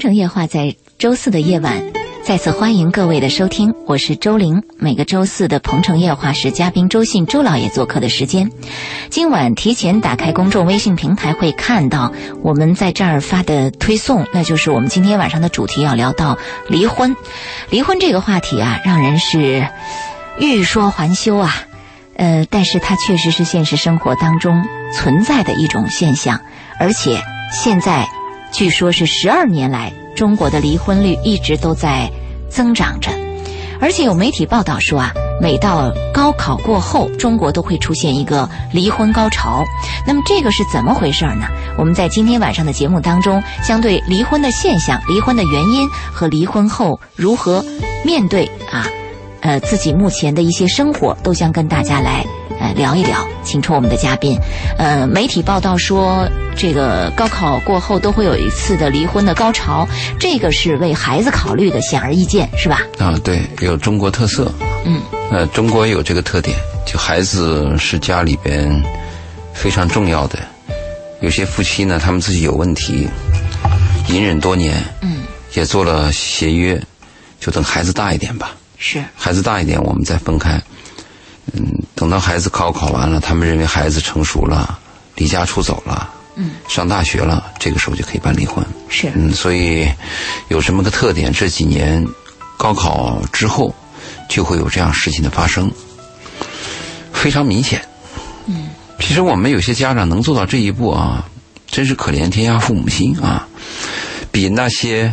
城夜话在周四的夜晚再次欢迎各位的收听，我是周玲。每个周四的鹏城夜话是嘉宾周信周老爷做客的时间。今晚提前打开公众微信平台会看到我们在这儿发的推送，那就是我们今天晚上的主题要聊到离婚。离婚这个话题啊，让人是欲说还休啊。但是它确实是现实生活当中存在的一种现象，而且现在据说是12年来中国的离婚率一直都在增长着。而且有媒体报道说啊，每到高考过后，中国都会出现一个离婚高潮。那么这个是怎么回事呢？我们在今天晚上的节目当中，将对离婚的现象、离婚的原因和离婚后如何面对自己目前的一些生活，都将跟大家来聊一聊，请出我们的嘉宾。媒体报道说，这个高考过后都会有一次的离婚的高潮，这个是为孩子考虑的，显而易见，是吧？ 对，有中国特色。中国有这个特点，就孩子是家里边非常重要的。有些夫妻呢，他们自己有问题，隐忍多年，也做了协约，就等孩子大一点吧。 是， 孩子大一点我们再分开。等到孩子考完了，他们认为孩子成熟了，离家出走了，上大学了，这个时候就可以办离婚。 是， 所以有这么个特点，这几年高考之后就会有这样事情的发生，非常明显。其实我们有些家长能做到这一步啊，真是可怜天下父母心啊，比那些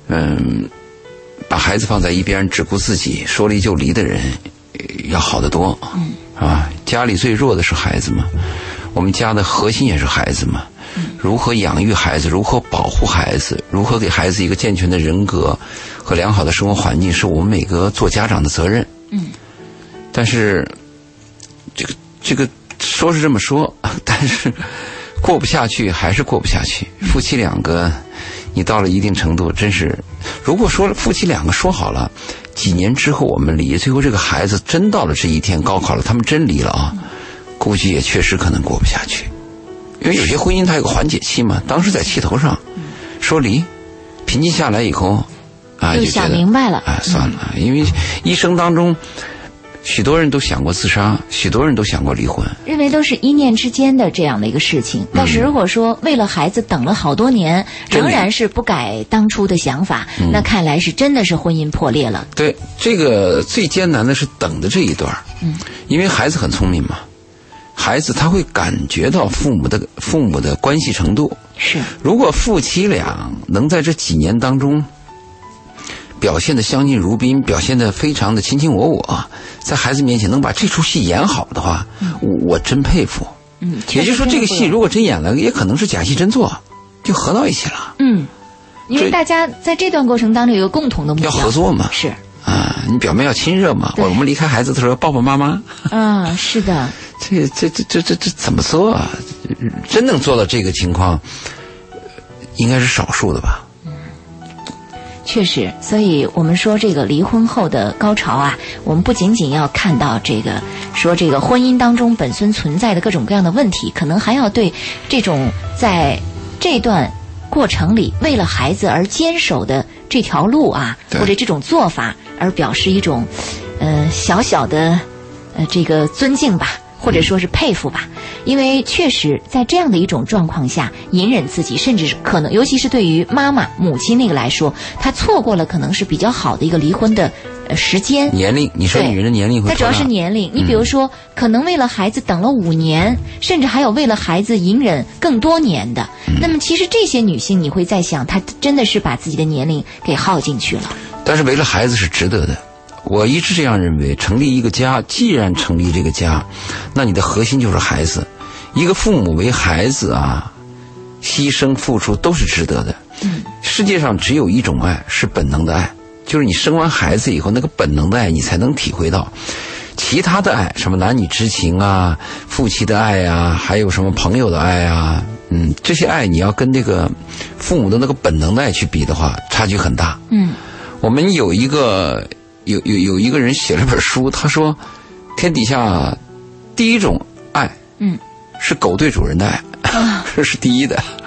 把孩子放在一边只顾自己说离就离的人要好得多。家里最弱的是孩子嘛，我们家的核心也是孩子嘛。如何养育孩子，如何保护孩子，如何给孩子一个健全的人格和良好的生活环境，是我们每个做家长的责任。但是这个说是这么说，但是过不下去还是过不下去。夫妻两个你到了一定程度，真是，如果说夫妻两个说好了几年之后我们离，最后这个孩子真到了这一天高考了，他们真离了啊，估计也确实可能过不下去。因为有些婚姻它有个缓解期嘛，当时在气头上说离，平静下来以后就想明白了， 算了。因为一生当中许多人都想过自杀，许多人都想过离婚， 认为都是一念之间的这样的一个事情。但是如果说为了孩子等了好多年，仍然是不改当初的想法，那看来是真的是婚姻破裂了。 对，这个最艰难的是等的这一段。因为孩子很聪明嘛，孩子他会感觉到父母的关系程度。 是， 如果夫妻俩能在这几年当中表现得相敬如宾，表现得非常的卿卿我我，在孩子面前能把这出戏演好的话，我真佩服。也就是说这个戏如果真演了，也可能是假戏真做，就合到一起了。 因为大家在这段过程当中有个共同的目标， 要合作嘛。 是你表面要亲热嘛，我们离开孩子的时候抱抱妈妈。 是的。 这怎么做啊？真能做到这个情况，应该是少数的吧。 确实，所以我们说这个离婚后的高潮啊，我们不仅仅要看到这个婚姻当中本身存在的各种各样的问题，可能还要对这种在这段过程里为了孩子而坚守的这条路啊，或者这种做法而表示一种小小的这个尊敬吧，或者说是佩服吧。因为确实在这样的一种状况下隐忍自己，甚至可能尤其是对于妈妈母亲那个来说，她错过了可能是比较好的一个离婚的时间年龄。 你说女人的年龄会， 它主要是年龄。你比如说可能为了孩子等了5年，甚至还有为了孩子隐忍更多年的。那么其实这些女性你会在想，她真的是把自己的年龄给耗进去了。 但是为了孩子是值得的。我一直这样认为，成立一个家，既然成立这个家，那你的核心就是孩子。一个父母为孩子牺牲付出都是值得的。世界上只有一种爱是本能的爱，就是你生完孩子以后那个本能的爱你才能体会到。其他的爱，什么男女之情啊，夫妻的爱啊，还有什么朋友的爱啊，这些爱你要跟这个父母的那个本能的爱去比的话，差距很大。我们有一个人写了本书，他说天底下第一种爱是狗对主人的爱，这是第一的。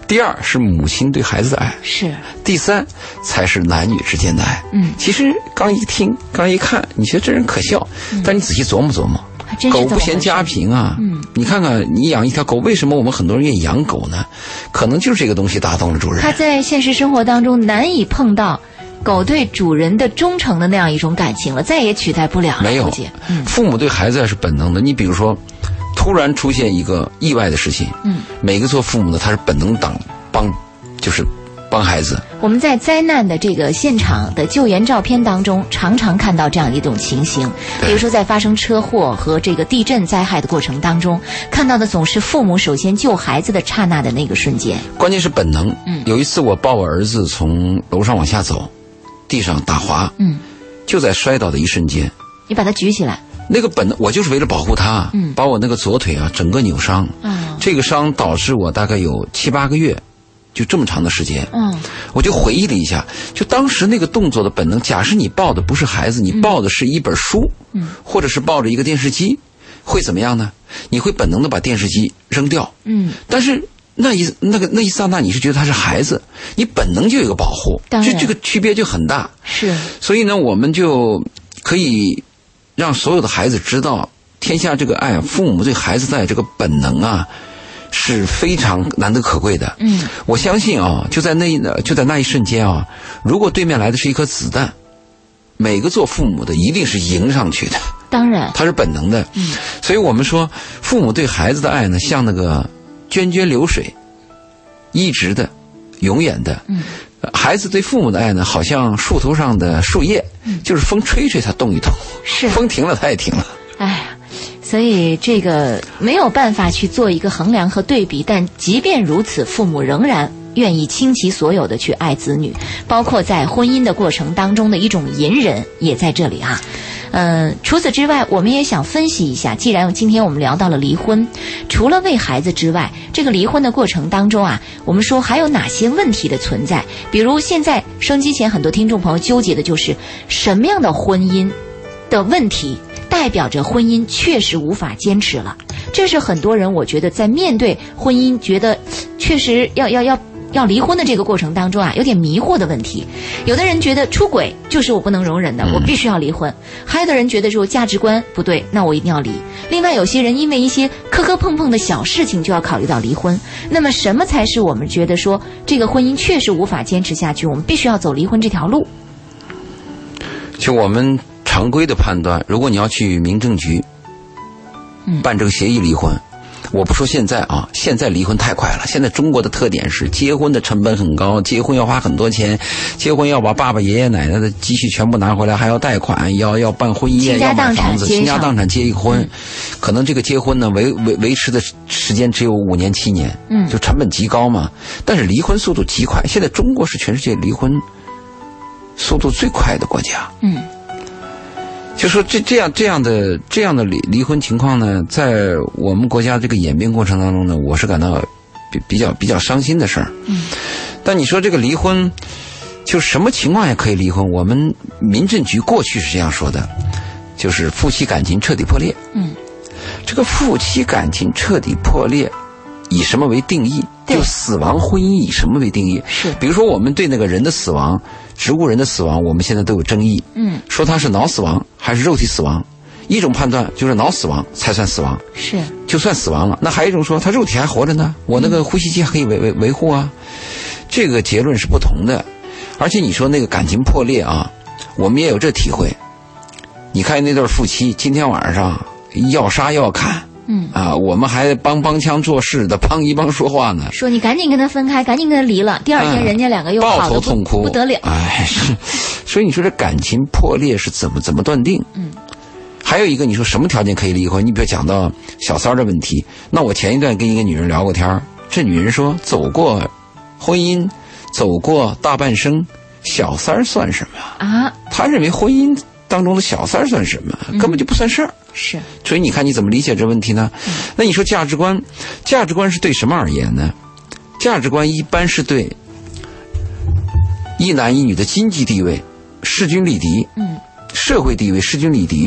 第二是母亲对孩子的爱， 是。 第三才是男女之间的爱。其实刚一听，刚一看，你觉得这人可笑，但你仔细琢磨琢磨，狗不嫌家贫啊。你看看，你养一条狗，为什么我们很多人愿意养狗呢？可能就是这个东西打动了主人。 他在现实生活当中难以碰到狗对主人的忠诚的那样一种感情了，再也取代不了了。 没有，父母对孩子是本能的。你比如说，突然出现一个意外的事情，每个做父母的他是本能帮孩子。 我们在灾难的这个现场的救援照片当中，常常看到这样一种情形。比如说，在发生车祸和这个地震灾害的过程当中，看到的总是父母首先救孩子的刹那的那个瞬间。 关键是本能。有一次我抱我儿子从楼上往下走，地上打滑，就在摔倒的一瞬间， 你把他举起来。 那个本能，我就是为了保护他，把我那个左腿啊整个扭伤。这个伤导致我大概有7、8个月。就这么长的时间，我就回忆了一下，就当时那个动作的本能。假设你抱的不是孩子，你抱的是一本书，或者是抱着一个电视机，会怎么样呢？你会本能的把电视机扔掉，但是那一刹那，你是觉得他是孩子，你本能就有一个保护，这个区别就很大。 是， 所以呢，我们就可以让所有的孩子知道，天下这个爱，父母对孩子的爱这个本能啊。是非常难得可贵的。我相信啊，就在那一瞬间啊，如果对面来的是一颗子弹，每个做父母的一定是迎上去的。 当然， 它是本能的。所以我们说，父母对孩子的爱呢，像那个涓涓流水，一直的，永远的。孩子对父母的爱呢，好像树头上的树叶，就是风吹吹它动一动， 是风停了它也停了。 哎呀。所以这个没有办法去做一个衡量和对比，但即便如此，父母仍然愿意倾其所有的去爱子女，包括在婚姻的过程当中的一种隐忍也在这里啊。除此之外，我们也想分析一下，既然今天我们聊到了离婚，除了为孩子之外，这个离婚的过程当中啊，我们说还有哪些问题的存在？比如现在收音机前很多听众朋友纠结的就是什么样的婚姻的问题代表着婚姻确实无法坚持了，这是很多人我觉得在面对婚姻觉得确实要离婚的这个过程当中啊，有点迷惑的问题。有的人觉得出轨就是我不能容忍的，我必须要离婚；还有的人觉得说价值观不对，那我一定要离。另外有些人因为一些磕磕碰碰的小事情就要考虑到离婚。那么什么才是我们觉得说这个婚姻确实无法坚持下去，我们必须要走离婚这条路？ 就我们常规的判断，如果你要去民政局办这个协议离婚，我不说现在啊，现在离婚太快了。现在中国的特点是结婚的成本很高，结婚要花很多钱，结婚要把爸爸爷爷奶奶的积蓄全部拿回来，还要贷款，要办婚宴，要买房子，倾家荡产结一个婚，可能这个结婚呢维持的时间只有5年7年，就成本极高嘛。但是离婚速度极快，现在中国是全世界离婚速度最快的国家。就说这样的离婚情况呢，在我们国家这个演变过程当中呢，我是感到比较伤心的事儿。但你说这个离婚，就什么情况下可以离婚？我们民政局过去是这样说的，就是夫妻感情彻底破裂。这个夫妻感情彻底破裂，以什么为定义？就死亡婚姻以什么为定义？是，比如说我们对那个人的死亡。植物人的死亡，我们现在都有争议。说他是脑死亡还是肉体死亡？一种判断就是脑死亡才算死亡，是就算死亡了。那还有一种说他肉体还活着呢，我那个呼吸机还可以维护啊。这个结论是不同的。而且你说那个感情破裂啊，我们也有这体会。你看那对夫妻今天晚上要杀要砍。我们还帮腔做事的，帮一帮说话呢。说你赶紧跟他分开，赶紧跟他离了。第二天人家两个又抱头痛哭，不得了。所以你说这感情破裂是怎么断定？还有一个，你说什么条件可以离婚？你比如讲到小三的问题，那我前一段跟一个女人聊过天，这女人说走过婚姻，走过大半生，小三算什么啊？她认为婚姻当中的小三算什么？根本就不算事儿。是，所以你看你怎么理解这问题呢？那你说价值观是对什么而言呢？价值观一般是对一男一女的经济地位势均力敌，社会地位势均力敌，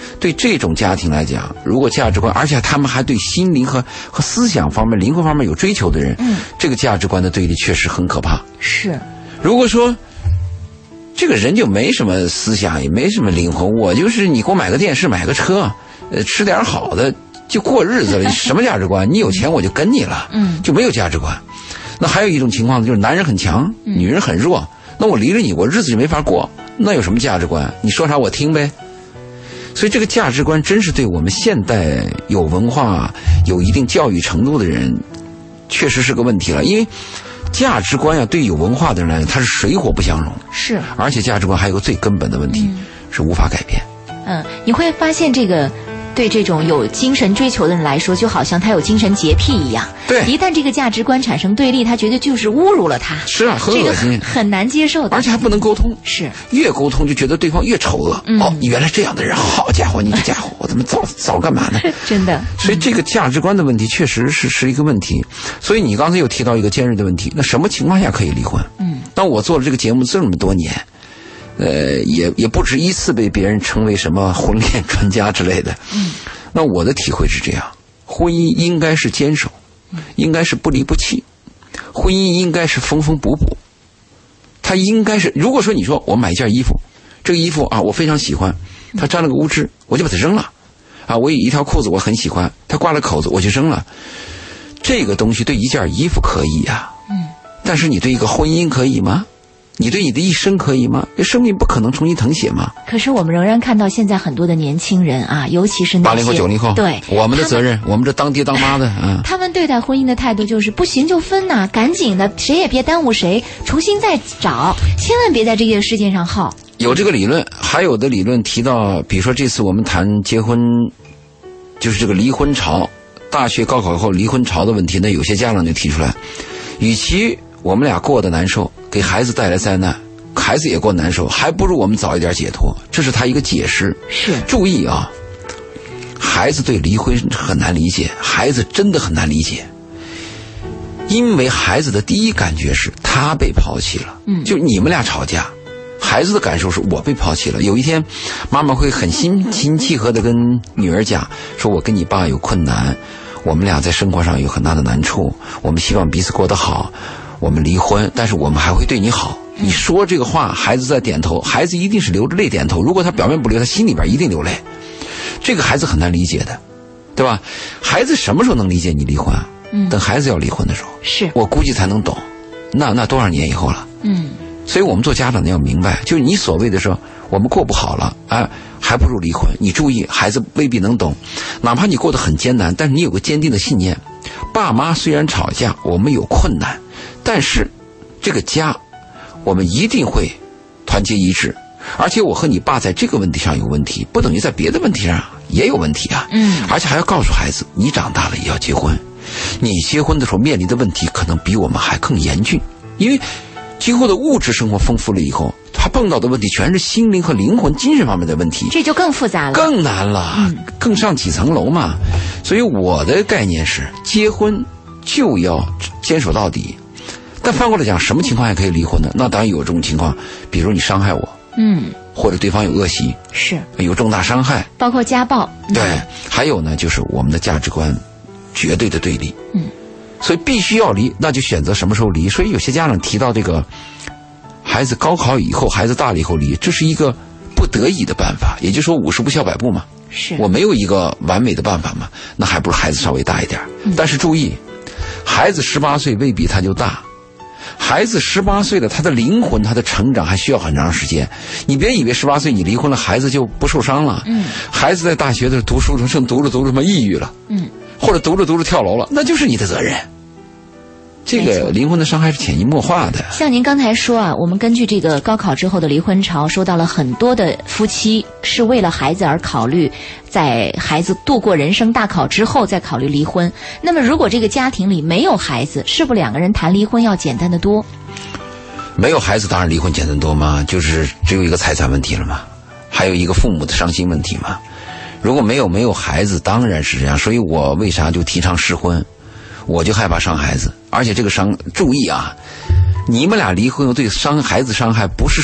对这种家庭来讲，如果价值观，而且他们还对心灵和思想方面、灵魂方面有追求的人，这个价值观的对立确实很可怕。 是， 如果说这个人就没什么思想，也没什么灵魂，我就是你给我买个电视、买个车，吃点好的就过日子了，什么价值观？你有钱我就跟你了，就没有价值观。那还有一种情况就是男人很强，女人很弱，那我离了你，我日子就没法过，那有什么价值观？你说啥我听呗。所以这个价值观真是对我们现代有文化、有一定教育程度的人，确实是个问题了。因为价值观对有文化的人来讲，它是水火不相容。 是， 而且价值观还有个最根本的问题，是无法改变。 你会发现这个对这种有精神追求的人来说，就好像他有精神洁癖一样。 对， 一旦这个价值观产生对立，他觉得就是侮辱了他。 是啊，很恶心， 很难接受的， 而且还不能沟通。 是， 越沟通就觉得对方越丑恶。你原来这样的人，好家伙，你这家伙，我怎么早干嘛呢？ 真的。 所以这个价值观的问题确实是一个问题。所以你刚才又提到一个尖锐的问题，那什么情况下可以离婚？当我做了这个节目这么多年，也不止一次被别人称为什么婚恋专家之类的。那我的体会是这样，婚姻应该是坚守，应该是不离不弃，婚姻应该是缝缝补补。它应该是，如果说你说我买一件衣服，这个衣服我非常喜欢，它沾了个污渍，我就把它扔了。我有一条裤子我很喜欢，它刮了口子，我就扔了。这个东西对一件衣服可以呀，但是你对一个婚姻可以吗？你对你的一生可以吗？生命不可能重新誊写吗？ 可是我们仍然看到现在很多的年轻人尤其是那些 80后、90后， 对， 我们的责任，我们这当爹当妈的他们对待婚姻的态度就是不行就分呐，赶紧的，谁也别耽误谁，重新再找，千万别在这个世界上耗。 有这个理论，还有的理论提到，比如说这次我们谈结婚，就是这个离婚潮，大学高考以后离婚潮的问题，那有些家长就提出来，与其我们俩过得难受，给孩子带来灾难，孩子也过难受，还不如我们早一点解脱。这是他一个解释。 是， 注意孩子对离婚很难理解，孩子真的很难理解，因为孩子的第一感觉是他被抛弃了。就你们俩吵架，孩子的感受是我被抛弃了。有一天妈妈会很心契合的跟女儿讲，说我跟你爸有困难，我们俩在生活上有很大的难处，我们希望彼此过得好，我们离婚，但是我们还会对你好。你说这个话，孩子在点头，孩子一定是流着泪点头，如果他表面不流，他心里边一定流泪。这个孩子很难理解的，对吧？孩子什么时候能理解你离婚啊？等孩子要离婚的时候， 是我估计才能懂。那多少年以后了？所以我们做家长的要明白，就是你所谓的说我们过不好了，还不如离婚。你注意，孩子未必能懂，哪怕你过得很艰难，但是你有个坚定的信念，爸妈虽然吵架，我们有困难，但是这个家我们一定会团结一致。而且我和你爸在这个问题上有问题，不等于在别的问题上也有问题啊。而且还要告诉孩子，你长大了也要结婚，你结婚的时候面临的问题可能比我们还更严峻，因为今后的物质生活丰富了以后，他碰到的问题全是心灵和灵魂、精神方面的问题， 这就更复杂了， 更难了，更上几层楼嘛。所以我的概念是，结婚就要坚守到底。但反过来讲，什么情况下可以离婚呢？那当然有这种情况，比如你伤害我，或者对方有恶习， 是有重大伤害， 包括家暴。 对，还有呢，就是我们的价值观绝对的对立。所以必须要离，那就选择什么时候离。所以有些家长提到这个孩子高考以后，孩子大了以后离，这是一个不得已的办法，也就是说50步笑百步嘛。 是我没有一个完美的办法嘛，那还不如孩子稍微大一点。但是注意，孩子18岁未必他就大，孩子18岁了，他的灵魂他的成长还需要很长时间。你别以为18岁你离婚了，孩子就不受伤了。孩子在大学的时候读书正读着什么抑郁了，或者读着跳楼了，那就是你的责任。这个灵魂的伤害是潜移默化的。 像您刚才说我们根据这个高考之后的离婚潮，收到了很多的夫妻是为了孩子而考虑，在孩子度过人生大考之后再考虑离婚。那么如果这个家庭里没有孩子，是不是两个人谈离婚要简单得多？ 没有孩子当然离婚简单多嘛，就是只有一个财产问题了嘛，还有一个父母的伤心问题嘛。如果没有孩子，当然是这样。所以我为啥就提倡试婚？我就害怕伤孩子，而且这个注意你们俩离婚对孩子伤害不是说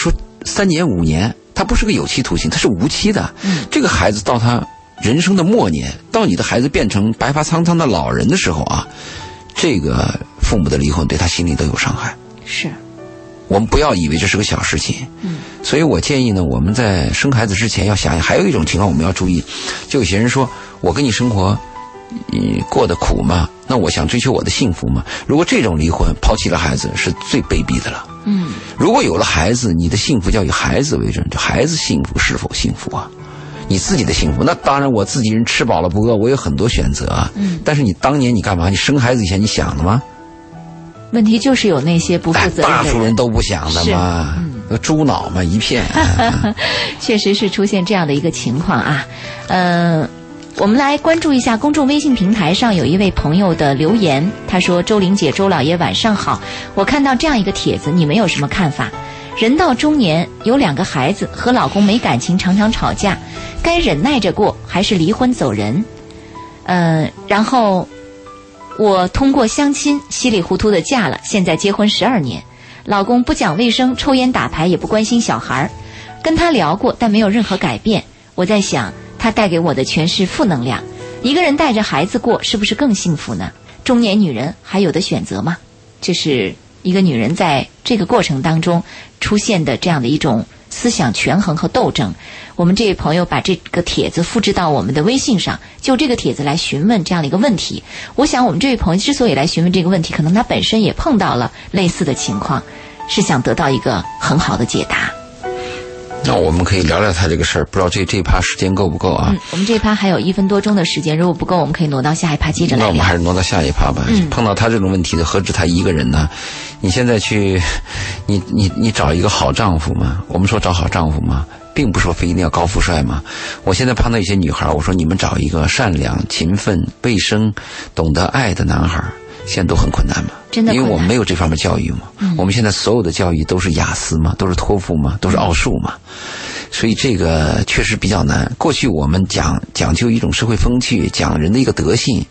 3年5年，它不是个有期徒刑，它是无期的。这个孩子到他人生的末年，到你的孩子变成白发苍苍的老人的时候啊，这个父母的离婚对他心里都有伤害。 是， 我们不要以为这是个小事情。所以我建议呢，我们在生孩子之前要想想，还有一种情况我们要注意，就有些人说我跟你生活过得苦嘛，那我想追求我的幸福嘛。如果这种离婚抛弃了孩子，是最卑鄙的了。如果有了孩子，你的幸福就要以孩子为准，就孩子幸福是否幸福啊？你自己的幸福，那当然我自己人吃饱了不饿，我有很多选择啊。但是你当年你干嘛？你生孩子以前你想了吗？ 问题就是有那些不负责任的人， 大数人都不想的嘛，猪脑嘛一片。 确实是出现这样的一个情况啊。我们来关注一下公众微信平台上有一位朋友的留言，他说：周玲姐、周老爷晚上好，我看到这样一个帖子，你们有什么看法？人到中年，有2个孩子，和老公没感情，常常吵架，该忍耐着过还是离婚走人？然后我通过相亲稀里糊涂的嫁了，现在结婚12年，老公不讲卫生，抽烟打牌，也不关心小孩，跟他聊过，但没有任何改变。我在想，他带给我的全是负能量，一个人带着孩子过是不是更幸福呢？中年女人还有的选择吗？这是一个女人在这个过程当中出现的这样的一种思想权衡和斗争。我们这位朋友把这个帖子复制到我们的微信上，就这个帖子来询问这样的一个问题。我想我们这位朋友之所以来询问这个问题，可能他本身也碰到了类似的情况，是想得到一个很好的解答。 那我们可以聊聊他这个事儿，不知道这一趴时间够不够啊？ 我们这一趴还有1分多钟的时间，如果不够，我们可以挪到下一趴接着来聊。 那我们还是挪到下一趴吧。碰到他这种问题的，何止他一个人呢？你现在去，你找一个好丈夫嘛？我们说找好丈夫嘛，并不是说非一定要高富帅嘛。我现在碰到一些女孩，我说你们找一个善良、勤奋、卫生、懂得爱的男孩，现在都很困难嘛。 真的困难， 因为我们没有这方面教育嘛。我们现在所有的教育都是雅思嘛，都是托福嘛，都是奥数嘛。所以这个确实比较难。过去我们讲究一种社会风气，讲人的一个德性。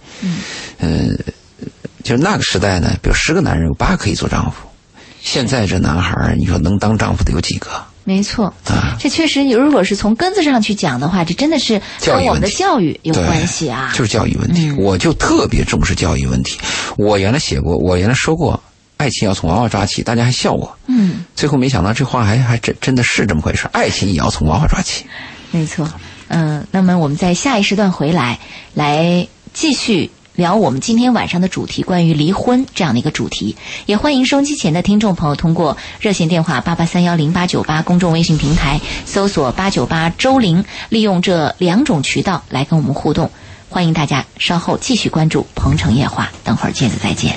就是那个时代呢，比如10个男人有8个可以做丈夫。现在这男孩，你说能当丈夫的有几个？ 没错，这确实，如果是从根子上去讲的话，这真的是跟我们的教育有关系啊。 就是教育问题。我就特别重视教育问题。我原来说过，爱情要从娃娃抓起，大家还笑我。最后没想到这话还真的是这么回事，爱情也要从娃娃抓起。 没错。那么我们在下一时段回来继续聊我们今天晚上的主题，关于离婚这样的一个主题。也欢迎收音机前的听众朋友通过热线电话88310898，公众微信平台搜索898周玲，利用这2种渠道来跟我们互动。欢迎大家稍后继续关注鹏城夜话，等会儿见，再见。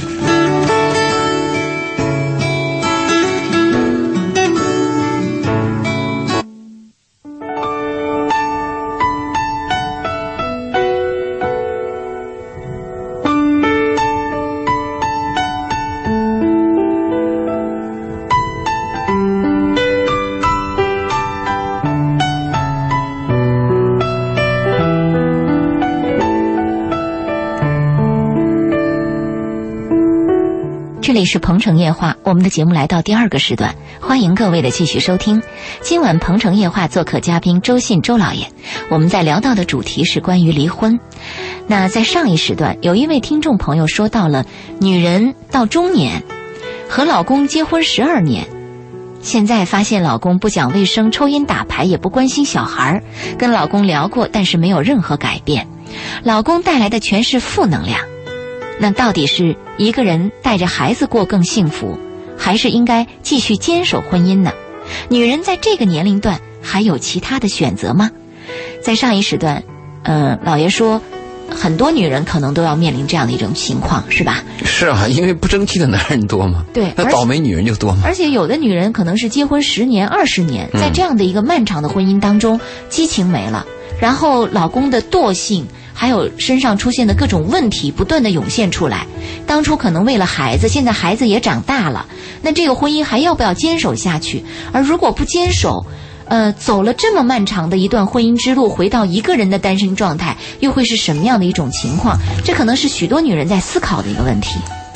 这里是鹏城夜话，我们的节目来到第2个时段，欢迎各位的继续收听。今晚鹏城夜话做客嘉宾周信周老爷，我们在聊到的主题是关于离婚。那在上一时段，有一位听众朋友说到了女人到中年，和老公结婚12年，现在发现老公不讲卫生，抽烟打牌，也不关心小孩，跟老公聊过，但是没有任何改变，老公带来的全是负能量。那到底是一个人带着孩子过更幸福，还是应该继续坚守婚姻呢？女人在这个年龄段还有其他的选择吗？在上一时段，老爷说很多女人可能都要面临这样的一种情况，是吧？是啊，因为不争气的男人多嘛。 对， 那倒霉女人就多嘛。 而且有的女人可能是结婚10年、20年，在这样的一个漫长的婚姻当中，激情没了，然后老公的惰性还有身上出现的各种问题不断的涌现出来。当初可能为了孩子，现在孩子也长大了，那这个婚姻还要不要坚守下去？而如果不坚守，走了这么漫长的一段婚姻之路，回到一个人的单身状态，又会是什么样的一种情况？这可能是许多女人在思考的一个问题。 对。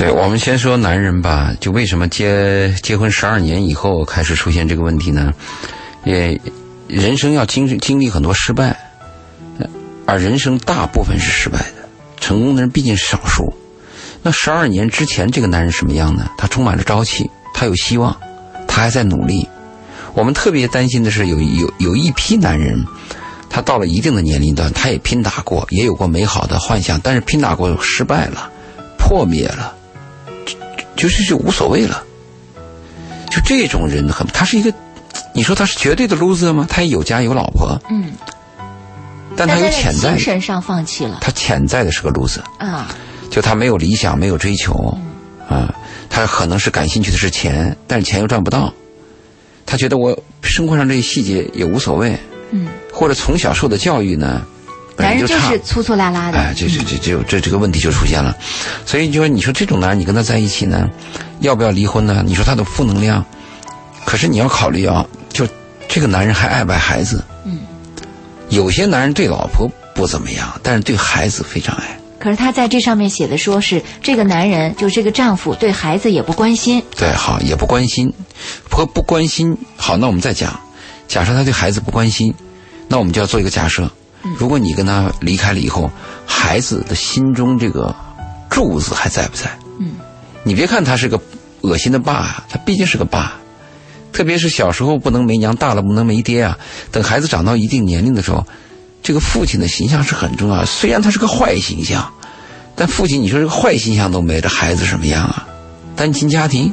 对，我们先说男人吧，就为什么结婚12年以后开始出现这个问题呢？人生要经历很多失败，而人生大部分是失败的，成功的人毕竟是少数。那12年之前这个男人什么样呢？他充满着朝气，他有希望，他还在努力。我们特别担心的是有一批男人，他到了一定的年龄段，他也拼打过，也有过美好的幻想，但是拼打过失败了，破灭了，就无所谓了。就这种人他是一个，你说他是绝对的 loser 吗？他也有家有老婆，但他有潜在的， 精神上放弃了， 他潜在的是个 loser 啊， 就他没有理想，没有追求，他可能是感兴趣的是钱，但是钱又赚不到，他觉得我生活上这些细节也无所谓，或者从小受的教育呢， 男人就是粗粗拉拉的， 这个问题就出现了。所以你说这种男人你跟他在一起呢，要不要离婚呢？你说他的负能量，可是你要考虑啊，就这个男人还爱不爱孩子？有些男人对老婆不怎么样，但是对孩子非常爱。 可是他在这上面写的说是这个男人，就这个丈夫对孩子也不关心。 对，好，也不关心，不关心。好，那我们再讲，假设他对孩子不关心，那我们就要做一个假设，如果你跟他离开了以后，孩子的心中这个柱子还在不在？你别看他是个恶心的爸，他毕竟是个爸。特别是小时候不能没娘，大了不能没爹啊。等孩子长到一定年龄的时候，这个父亲的形象是很重要的。虽然他是个坏形象，但父亲你说这个坏形象都没，这孩子什么样啊？单亲家庭，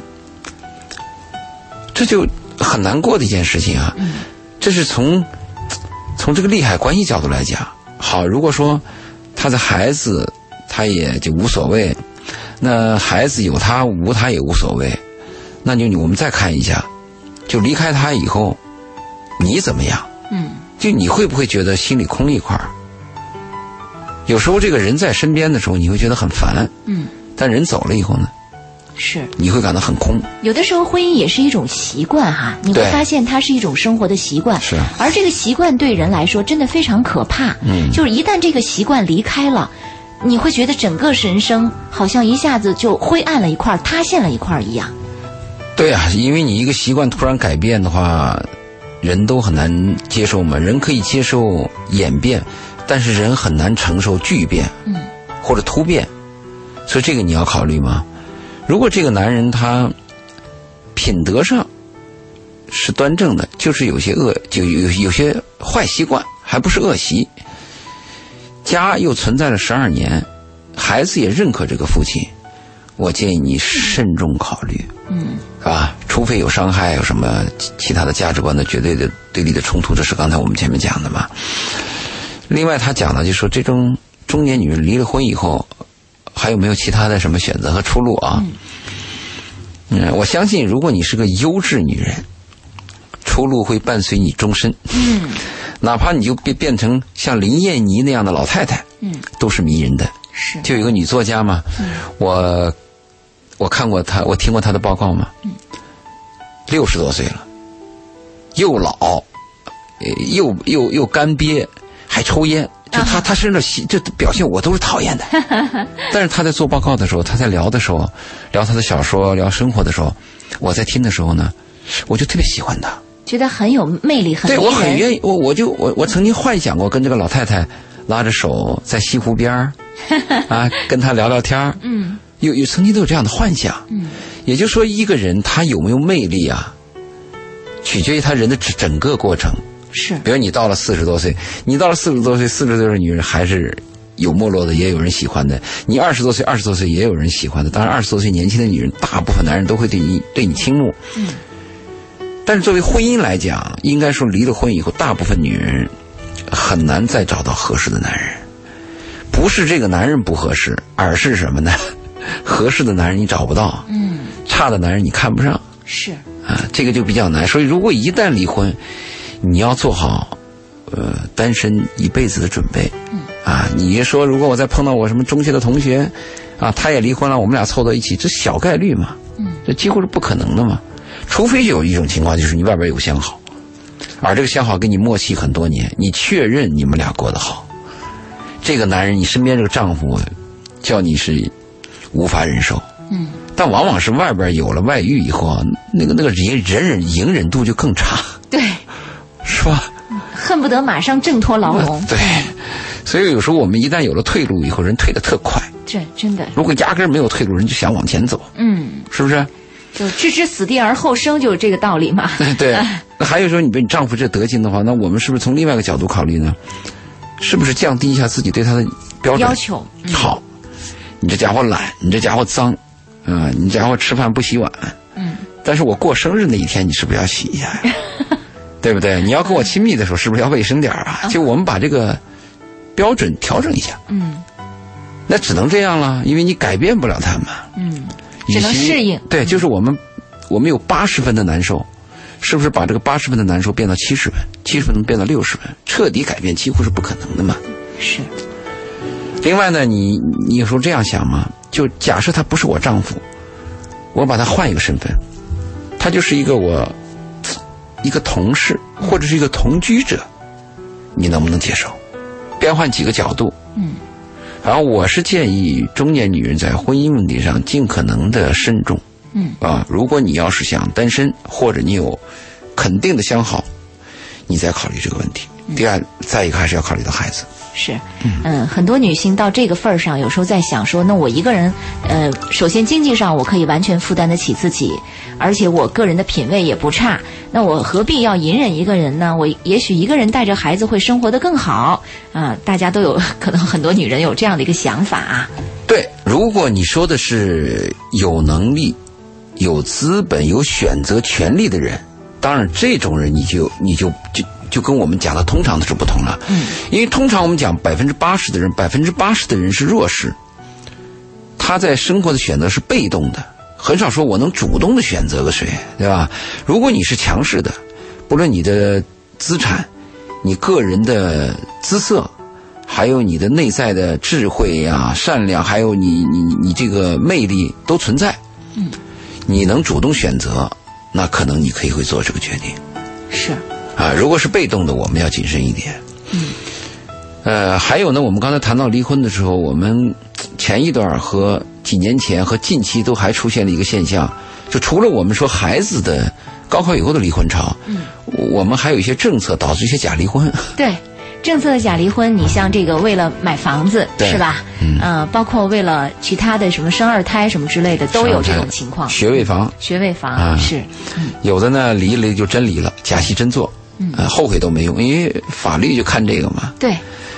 这就很难过的一件事情啊。这是从这个利害关系角度来讲。好，如果说他的孩子他也就无所谓，那孩子有他无他也无所谓，那就我们再看一下，就离开他以后你怎么样？就你会不会觉得心里空一块？有时候这个人在身边的时候你会觉得很烦，但人走了以后呢， 是你会感到很空。 有的时候婚姻也是一种习惯哈，你会发现它是一种生活的习惯， 是。 而这个习惯对人来说真的非常可怕，就是一旦这个习惯离开了，你会觉得整个人生好像一下子就灰暗了一块，塌陷了一块一样。 对啊，因为你一个习惯突然改变的话，人都很难接受嘛。人可以接受演变，但是人很难承受巨变，或者突变。所以这个你要考虑吗？如果这个男人他品德上是端正的，就是有些有些坏习惯，还不是恶习，家又存在了12年，孩子也认可这个父亲，我建议你慎重考虑，是吧？除非有伤害，有什么其他的价值观的绝对的对立的冲突，这是刚才我们前面讲的嘛。另外他讲了，就说这种中年女人离了婚以后还有没有其他的什么选择和出路啊？我相信如果你是个优质女人，出路会伴随你终身，哪怕你就变成像林燕妮那样的老太太，都是迷人的。 是， 就有一个女作家嘛，我看过她，我听过她的报告嘛，60多岁了，又老，又干瘪，还抽烟，就她身上这表现我都是讨厌的。但是她在做报告的时候，她在聊的时候，聊她的小说，聊生活的时候，我在听的时候呢，我就特别喜欢她，觉得很有魅力，很迷人。 对，我很愿意，我曾经幻想过跟这个老太太拉着手在西湖边啊，跟她聊聊天，有曾经都有这样的幻想，也就是说一个人他有没有魅力啊，取决于他人的整个过程。 是， 比如你到了40多岁，你到了40多岁，40多岁的女人还是有没落的，也有人喜欢的。你20多岁也有人喜欢的。当然20多岁年轻的女人，大部分男人都会对你倾慕。但是作为婚姻来讲，应该说离了婚以后，大部分女人很难再找到合适的男人。不是这个男人不合适，而是什么呢？合适的男人你找不到，差的男人你看不上， 是啊，这个就比较难。所以如果一旦离婚，你要做好单身一辈子的准备，啊，你说如果我再碰到我什么中学的同学啊，他也离婚了，我们俩凑到一起，这小概率嘛，这几乎是不可能的嘛。除非有一种情况，就是你外边有相好，而这个相好跟你默契很多年，你确认你们俩过得好，这个男人你身边这个丈夫叫你是无法忍受， 但往往是外边有了外遇以后啊，那个隐忍度就更差， 对， 是吧？ 恨不得马上挣脱牢笼。 对，所以有时候我们一旦有了退路以后，人退得特快。 这真的， 如果压根儿没有退路，人就想往前走，是不是？ 就置之死地而后生，就是这个道理嘛。 对，那还有说你被你丈夫这德行的话，那我们是不是从另外一个角度考虑呢？是不是降低一下自己对他的标准要求？ 好，你这家伙懒，你这家伙脏，你这家伙吃饭不洗碗，但是我过生日那一天，你是不是要洗一下呀？对不对？你要跟我亲密的时候，是不是要卫生点啊？就我们把这个标准调整一下。那只能这样了，因为你改变不了他们。 只能适应。 对，就是我们有80分的难受，是不是把这个80分的难受变到70分，70分变到60分，彻底改变几乎是不可能的嘛。 是。 另外呢，你有时候这样想嘛，就假设他不是我丈夫，我把他换一个身份，他就是一个同事或者是一个同居者，你能不能接受？变换几个角度。然后我是建议中年女人在婚姻问题上尽可能的慎重。如果你要是想单身，或者你有肯定的相好，你再考虑这个问题。第二，再一个还是要考虑到孩子。 是，很多女性到这个份儿上，有时候在想说，那我一个人，首先经济上我可以完全负担得起自己，而且我个人的品味也不差，那我何必要隐忍一个人呢？我也许一个人带着孩子会生活得更好啊！大家都有可能很多女人有这样的一个想法啊。 对，如果你说的是有能力、有资本、有选择权利的人，当然这种人你就跟我们讲的通常的是不同了。因为通常我们讲80%的人，80%的人是弱势，他在生活的选择是被动的，很少说我能主动的选择个谁，对吧？如果你是强势的，不论你的资产、你个人的姿色，还有你的内在的智慧呀、善良，还有你这个魅力都存在，你能主动选择，那可能你可以会做这个决定。 是。 如果是被动的，我们要谨慎一点。还有呢，我们刚才谈到离婚的时候，我们前一段和几年前和近期都还出现了一个现象，就除了我们说孩子的高考以后的离婚潮，我们还有一些政策导致一些假离婚。 对，政策的假离婚，你像这个为了买房子，是吧？包括为了其他的什么生二胎什么之类的，都有这种情况。学位房是。 有的呢离了就真离了，假戏真做。后悔都没用，因为法律就看这个嘛。 对。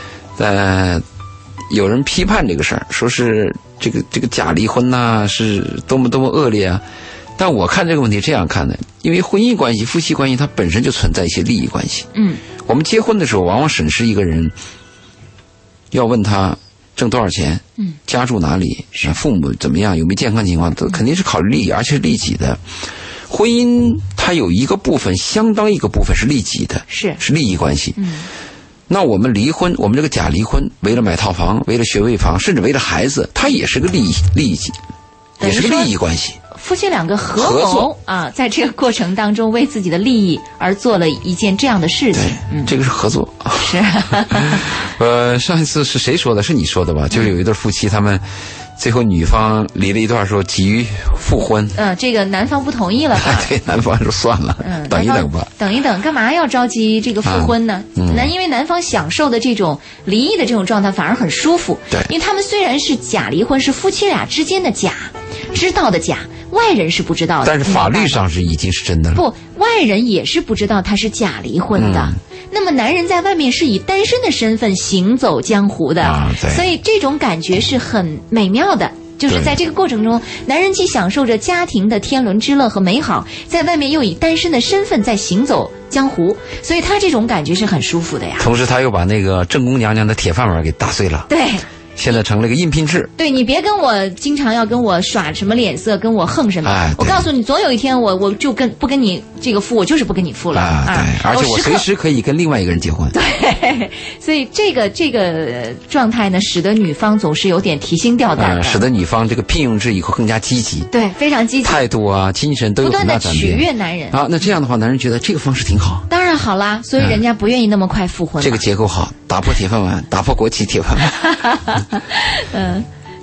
有人批判这个事儿，说是这个假离婚呐，是多么恶劣啊。但我看这个问题这样看的，因为婚姻关系、夫妻关系它本身就存在一些利益关系。我们结婚的时候往往审视一个人，要问他挣多少钱，家住哪里，父母怎么样，有没有健康情况，都肯定是考虑利益，而且是利己的。婚姻它有一个部分，相当一个部分是利己的，是利益关系。那我们离婚，我们这个假离婚，为了买套房，为了学位房，甚至为了孩子，它也是个利益，也是个利益关系。 夫妻两个合谋啊，在这个过程当中为自己的利益而做了一件这样的事情。 这个是合作。是。上一次是谁说的？是你说的吧？就是有一对夫妻，他们最后女方离了一段时候急于复婚。 这个男方不同意了吧？ 对，男方说算了，等一等吧。 等一等，干嘛要着急这个复婚呢？因为男方享受的这种离异的这种状态反而很舒服。 对， 因为他们虽然是假离婚，是夫妻俩之间的假，知道的假。外人是不知道的， 但是法律上是已经是真的了。 不，外人也是不知道他是假离婚的。那么男人在外面是以单身的身份行走江湖的，所以这种感觉是很美妙的。就是在这个过程中，男人既享受着家庭的天伦之乐和美好，在外面又以单身的身份在行走江湖，所以他这种感觉是很舒服的呀。 同时他又把那个正宫娘娘的铁饭碗给打碎了。 对。 现在成了一个应聘制。 对，你别跟我经常要跟我耍什么脸色，跟我横什么。我告诉你，总有一天我就不跟你这个复，我就是不跟你复了。 对，而且我随时可以跟另外一个人结婚。 对，所以这个状态呢，使得女方总是有点提心吊胆的， 使得女方这个聘用制以后更加积极。 对，非常积极， 态度啊、精神都有很大转变， 不断的取悦男人啊。那这样的话，男人觉得这个方式挺好。 当然好啦，所以人家不愿意那么快复婚。 这个结构好，打破铁饭碗，打破国企铁饭碗。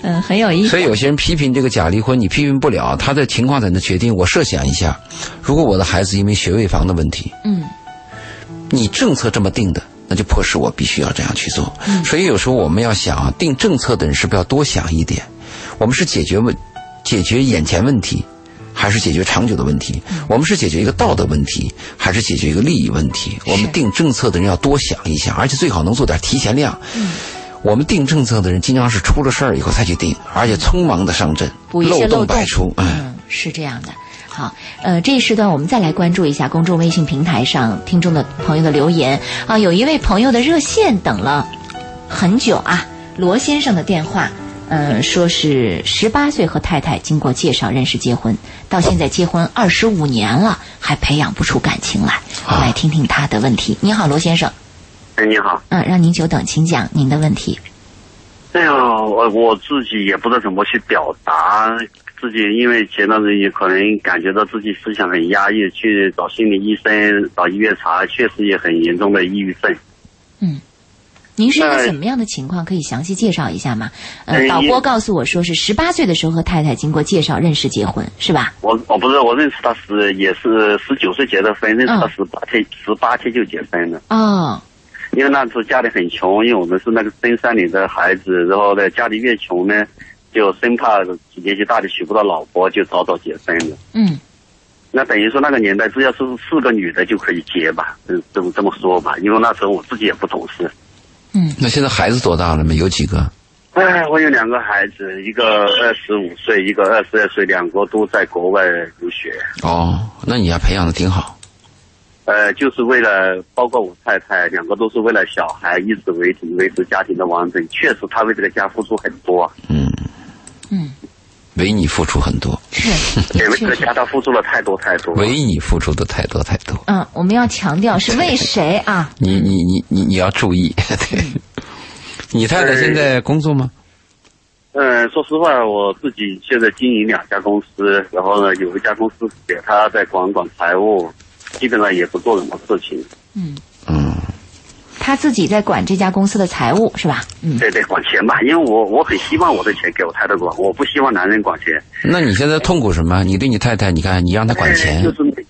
很有意思。 所以有些人批评这个假离婚，你批评不了，他的情况才能决定。我设想一下，如果我的孩子因为学位房的问题，你政策这么定的，那就迫使我必须要这样去做。所以有时候我们要想啊，定政策的人是不是要多想一点？我们是解决眼前问题，还是解决长久的问题？我们是解决一个道德问题，还是解决一个利益问题？我们定政策的人要多想一想，而且最好能做点提前量。我们定政策的人经常是出了事儿以后才去定，而且匆忙的上阵，漏洞百出。 是这样的。好，这一时段我们再来关注一下公众微信平台上听众的朋友的留言啊。有一位朋友的热线等了很久啊，罗先生的电话，说是18岁和太太经过介绍认识结婚，到现在结婚25年了，还培养不出感情来。来听听他的问题。你好，罗先生。 你好。 让您久等，请讲您的问题。 哎呀，我自己也不知道怎么去表达自己，因为前段时间也可能感觉到自己思想很压抑，去找心理医生、找医院查，确实也很严重的抑郁症。 您是一个什么样的情况？可以详细介绍一下吗？导播告诉我说是18岁的时候和太太经过介绍认识结婚，是吧？ 我不是，我认识他也是19岁结的婚，认识他18天就结婚了。因为那时候家里很穷，因为我们是那个深山里的孩子，然后呢，家里越穷呢，就生怕年纪大的娶不到老婆，就早早结婚了。那等于说那个年代只要是4个女的就可以结吧，这么说吧，因为那时候我自己也不懂事。 那现在孩子多大了吗？有几个？ 我有2个孩子，一个25岁，一个22岁，2个都在国外留学。 那你还培养的挺好。 就是为了，包括我太太，2个都是为了小孩，一直维持家庭的完整。确实，他为这个家付出很多。 为你付出很多。 为这个家他付出了太多太多。 为你付出的太多太多。 我们要强调是为谁啊？ 你要注意。对。你太太现在工作吗？ 说实话，我自己现在经营2家公司，然后呢，有一家公司给他在管财务。基本上也不做什么事情。 他自己在管这家公司的财务是吧？ 对，管钱吧，因为我很希望我的钱给我太太管，我不希望男人管钱。那你现在痛苦什么？你对你太太，你看你让她管钱，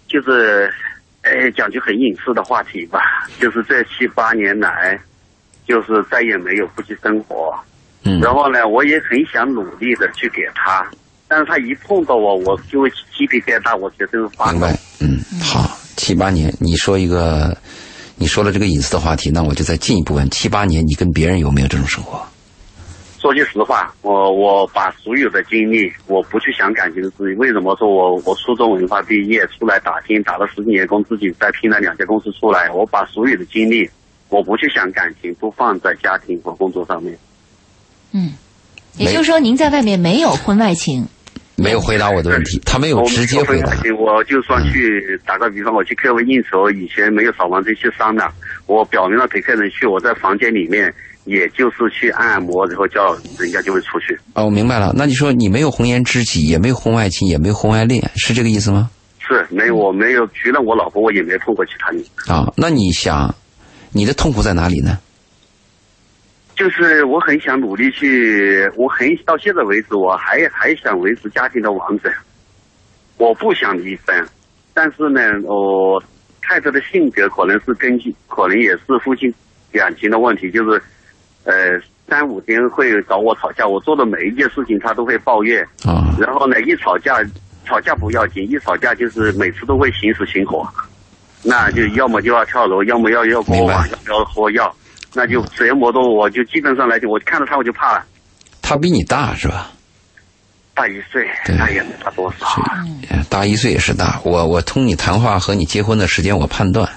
讲句很隐私的话题吧，就是这7、8年来，就是再也没有夫妻生活。然后呢，我也很想努力的去给他，但是他一碰到我就会鸡皮疙瘩，我觉得发抖。 明白。好，7、8年，你说了这个隐私的话题，那我就再进一步问：7、8年，你跟别人有没有这种生活？ 说句实话，我把所有的精力，我不去想感情的事情。为什么说我初中文化毕业出来打拼，打了10几年工，自己再拼了2家公司出来，我把所有的精力，我不去想感情，都放在家庭和工作上面。 也就是说，您在外面没有婚外情。 没有回答我的问题，他没有直接回答。 我就算去打个比方，我去客户应酬，以前没有扫完这些伤的，我表明了给客人去，我在房间里面，也就是去按摩，然后叫人家就会出去。 我明白了。那你说你没有红颜知己，也没有婚外情，也没有婚外恋，是这个意思吗？ 是，没有，我没有，除了我老婆，我也没碰过其他人。 那你想，你的痛苦在哪里呢？ 就是我很想努力去，到现在为止，我还想维持家庭的完整，我不想离婚，但是呢，我太太的性格可能也是夫妻感情的问题，就是3、5天会找我吵架，我做的每一件事情她都会抱怨，然后呢，一吵架不要紧，一吵架就是每次都会行死行活，那就要么就要跳楼，要么要过网，要喝药。那就折磨的我就基本上来讲，我看到他我就怕了。 他比你大是吧？ 大1岁，他也没大多少。 大1岁也是大。我通你谈话和你结婚的时间我判断。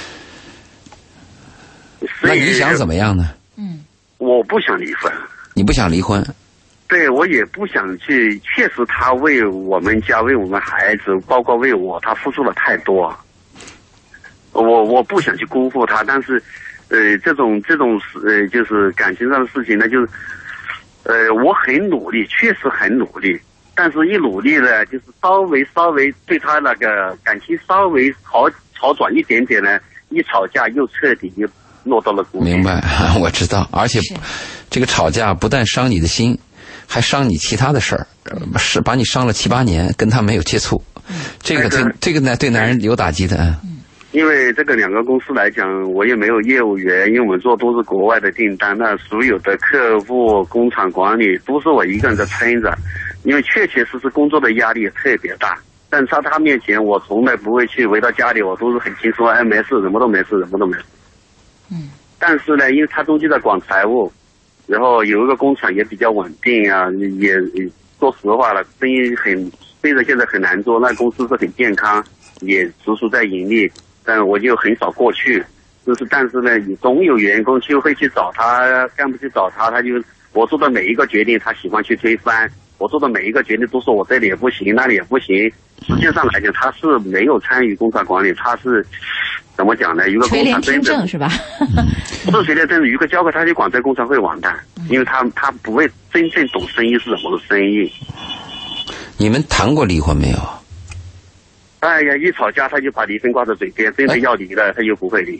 那你想怎么样呢？ 我不想离婚。 你不想离婚？ 对，我也不想去。确实，他为我们家、为我们孩子，包括为我，他付出了太多。我不想去辜负他，但是。这种就是感情上的事情呢，就是我很努力，确实很努力，但是一努力呢，就是稍微对他那个感情稍微好转一点点呢，一吵架又彻底就落到了谷底。 明白，我知道，而且这个吵架不但伤你的心， 还伤你其他的事儿，是把你伤了7、8年，跟他没有接触，这个呢对男人有打击的。 因为这个2个公司来讲，我也没有业务员，因为我们做都是国外的订单，那所有的客户、工厂管理都是我一个人在撑着，因为确确实实工作的压力也特别大。但在他面前，我从来不会去回到家里，我都是很轻松，哎，没事，什么都没事，什么都没事。但是呢，因为他中间在管财务，然后有一个工厂也比较稳定啊，也说实话了，生意虽然现在很难做，那公司是很健康，也时时在盈利，但我就很少过去。但是呢，总有员工就会去找他，干部去找他，我做的每一个决定，他喜欢去推翻。我做的每一个决定都说我这里也不行，那里也不行。实际上来讲，他是没有参与工厂管理，他是怎么讲呢？一个工厂真正是吧？ 不是垂帘听政，一个交给他去管这工厂会完蛋，因为他不会真正懂生意是什么生意。 你们谈过离婚没有？ 哎呀，一吵架他就把离婚挂在嘴边，真的要离了他又不会离。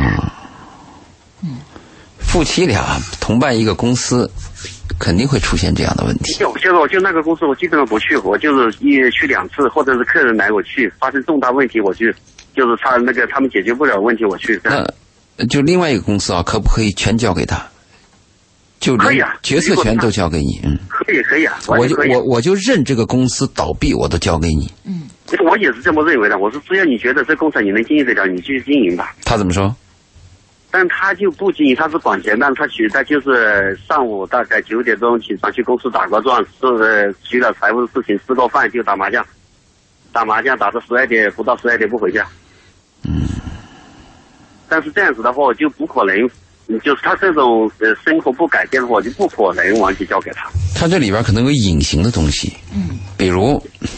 夫妻俩同办一个公司，肯定会出现这样的问题。 我就那个公司，我基本上不去，我就是去2次，或者是客人来我去，发生重大问题我去，就是他们解决不了问题我去。 那就另外一个公司啊，可不可以全交给他？就可以啊， 决策权都交给你。 可以啊， 我就认这个公司倒闭，我都交给你。 我也是这么认为的。我说只要你觉得这工厂你能经营得了，你继续经营吧。 他怎么说？ 但他就不经营，他是管钱，但他就是上午大概9点钟起床去公司打个状，除了财务的事情吃个饭就打麻将，打到12点，不到12点不回家。但是这样子的话，我就不可能，就是他这种生活不改变的话，我就不可能完全交给他。 他这里边可能有隐形的东西，比如，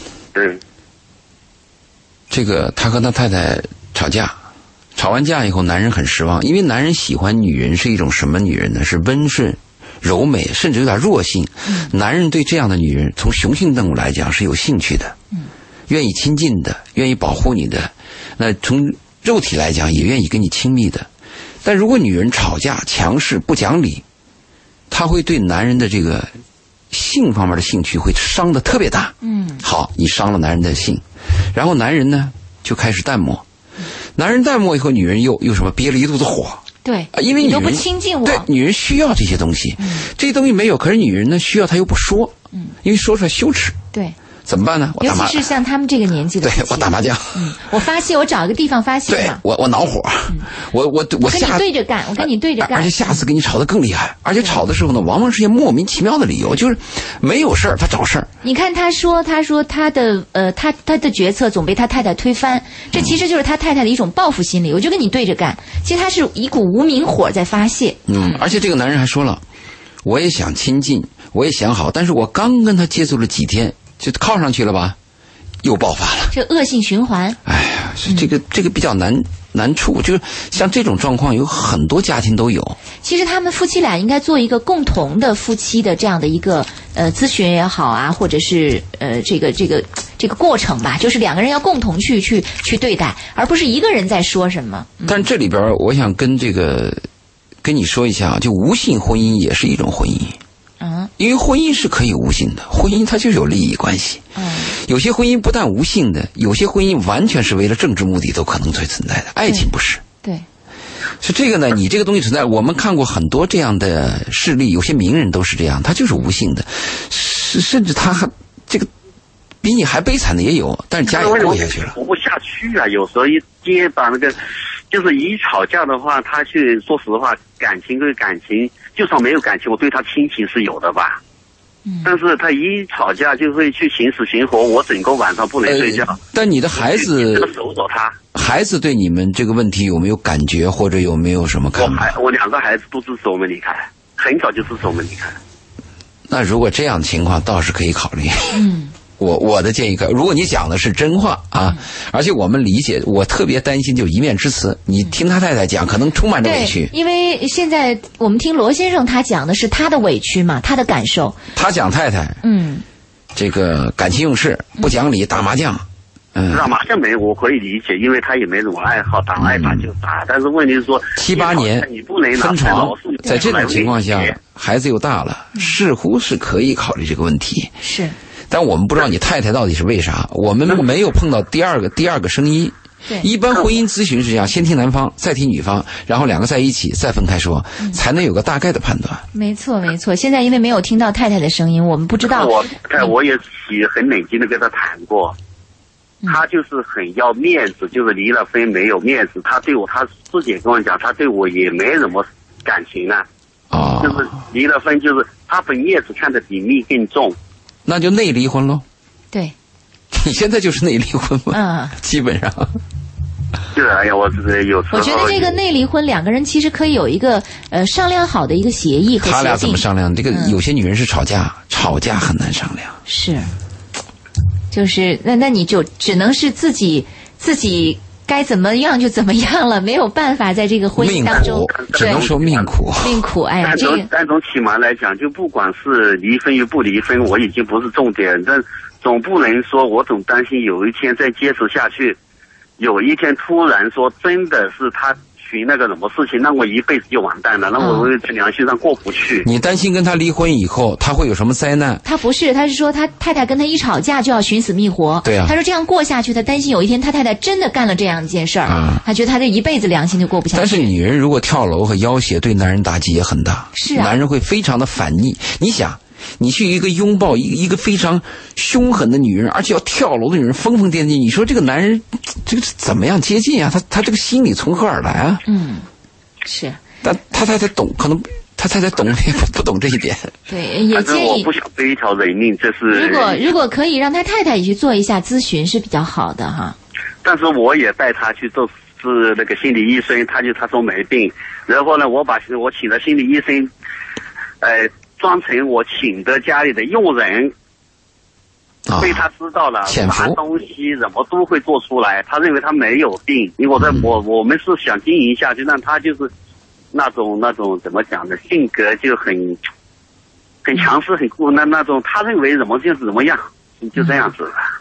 这个他和他太太吵架。吵完架以后，男人很失望，因为男人喜欢女人是一种什么女人呢？是温顺、柔美，甚至有点弱性。男人对这样的女人，从雄性动物来讲是有兴趣的，愿意亲近的，愿意保护你的。那从肉体来讲，也愿意跟你亲密的。但如果女人吵架、强势、不讲理，她会对男人的这个性方面的兴趣会伤得特别大。好，你伤了男人的性，然后男人呢就开始淡漠。男人淡漠以后，女人又什么憋了一肚子火。 对， 因为女人你都不亲近我。 对，女人需要这些东西。这些东西没有，可是女人呢需要，她又不说。因为说出来羞耻。 对。 怎么办呢？ 尤其是像他们这个年纪的。 对，我打麻将。 我发泄，我找一个地方发泄嘛。 对，我恼火。我跟你对着干，我跟你对着干。 而且下次跟你吵得更厉害，而且吵的时候呢，往往是些莫名其妙的理由，就是没有事儿他找事儿。 你看他说他的决策总被他太太推翻，这其实就是他太太的一种报复心理。我就跟你对着干，其实他是一股无名火在发泄。 而且这个男人还说了，我也想亲近，我也想好，但是我刚跟他接触了几天，就靠上去了吧，又爆发了。 这恶性循环。 哎呀，这个比较难处，就是像这种状况有很多家庭都有。 其实他们夫妻俩应该做一个共同的夫妻的这样的一个咨询也好啊，或者是这个过程吧，就是2个人要共同去对待，而不是一个人在说什么。 但这里边我想跟你说一下啊，就无性婚姻也是一种婚姻。因为婚姻是可以无性的，婚姻它就是有利益关系。有些婚姻不但无性的，有些婚姻完全是为了政治目的都可能会存在的，爱情不是。 对。 是这个呢，你这个东西存在，我们看过很多这样的事例，有些名人都是这样，他就是无性的，甚至他还这个比你还悲惨的也有，但是家也过下去了。 活不下去啊！有时候一接把那个，就是一吵架的话，他去说实话，感情归感情，就算没有感情，我对他亲情是有的吧。但是他一吵架就会去行死行活，我整个晚上不能睡觉。 但你的孩子守着他， 孩子对你们这个问题有没有感觉，或者有没有什么看法？ 我2个孩子都支持我们离开，很早就支持我们离开。 那如果这样的情况，倒是可以考虑。我的建议，如果你讲的是真话啊，而且我们理解，我特别担心就一面之词。你听他太太讲，可能充满着委屈。 因为现在我们听罗先生他讲的是他的委屈嘛，他的感受。 他讲太太，这个感情用事，不讲理，打麻将， 知道麻将没我可以理解，因为他也没什么爱好，打爱打就打。但是问题是说 7、8年你不能分床，在这种情况下，孩子又大了，似乎是可以考虑这个问题。 是， 但我们不知道你太太到底是为啥，我们没有碰到第二个声音。 对， 一般婚姻咨询是这样，先听男方，再听女方，然后2个在一起，再分开说，才能有个大概的判断。 没错，没错。现在因为没有听到太太的声音，我们不知道。 我也很冷静的跟他谈过，他就是很要面子，就是离了婚没有面子。他对我，他自己也跟我讲，他对我也没什么感情啊。就是离了婚，就是他本业只看得比命更重。 那就内离婚喽。 对。 你现在就是内离婚吗？基本上。 是，哎呀，我有时候。 我觉得这个内离婚2个人其实可以有一个商量好的一个协议和协定。 他俩怎么商量？这个有些女人是吵架很难商量。 是，就是那你就只能是自己该怎么样就怎么样了，没有办法在这个婚姻当中， 只能说命苦。 哎呀， 但从起码来讲，就不管是离婚与不离婚，我已经不是重点，但总不能说我总担心有一天再坚持下去，有一天突然说真的是他寻那个什么事情，那我一辈子就完蛋了，那我在良心上过不去。 你担心跟他离婚以后他会有什么灾难？ 他不是，他是说他太太跟他一吵架就要寻死觅活。 对啊， 他说这样过下去，他担心有一天他太太真的干了这样一件事儿，他觉得他这一辈子良心就过不下去。 但是女人如果跳楼和要挟，对男人打击也很大。 是啊， 男人会非常的反逆。你想，你去一个拥抱一个非常凶狠的女人，而且要跳楼的女人，疯疯癫癫，你说这个男人这个怎么样接近啊？他这个心理从何而来啊？ 是。 但他太太懂，可能他太太懂也不懂这一点。 对，也建议。 我不想背一条人命，这是。 如果可以让他太太也去做一下咨询是比较好的哈。 但是我也带他去做是那个心理医生，他说没病，然后呢，我请了心理医生，装成我请的家里的佣人。被他知道了，拿东西什么都会做出来。他认为他没有病，因为我们是想经营下去，让他就是那种怎么讲呢？性格就很强势，很酷，那种他认为怎么就是怎么样，就这样子。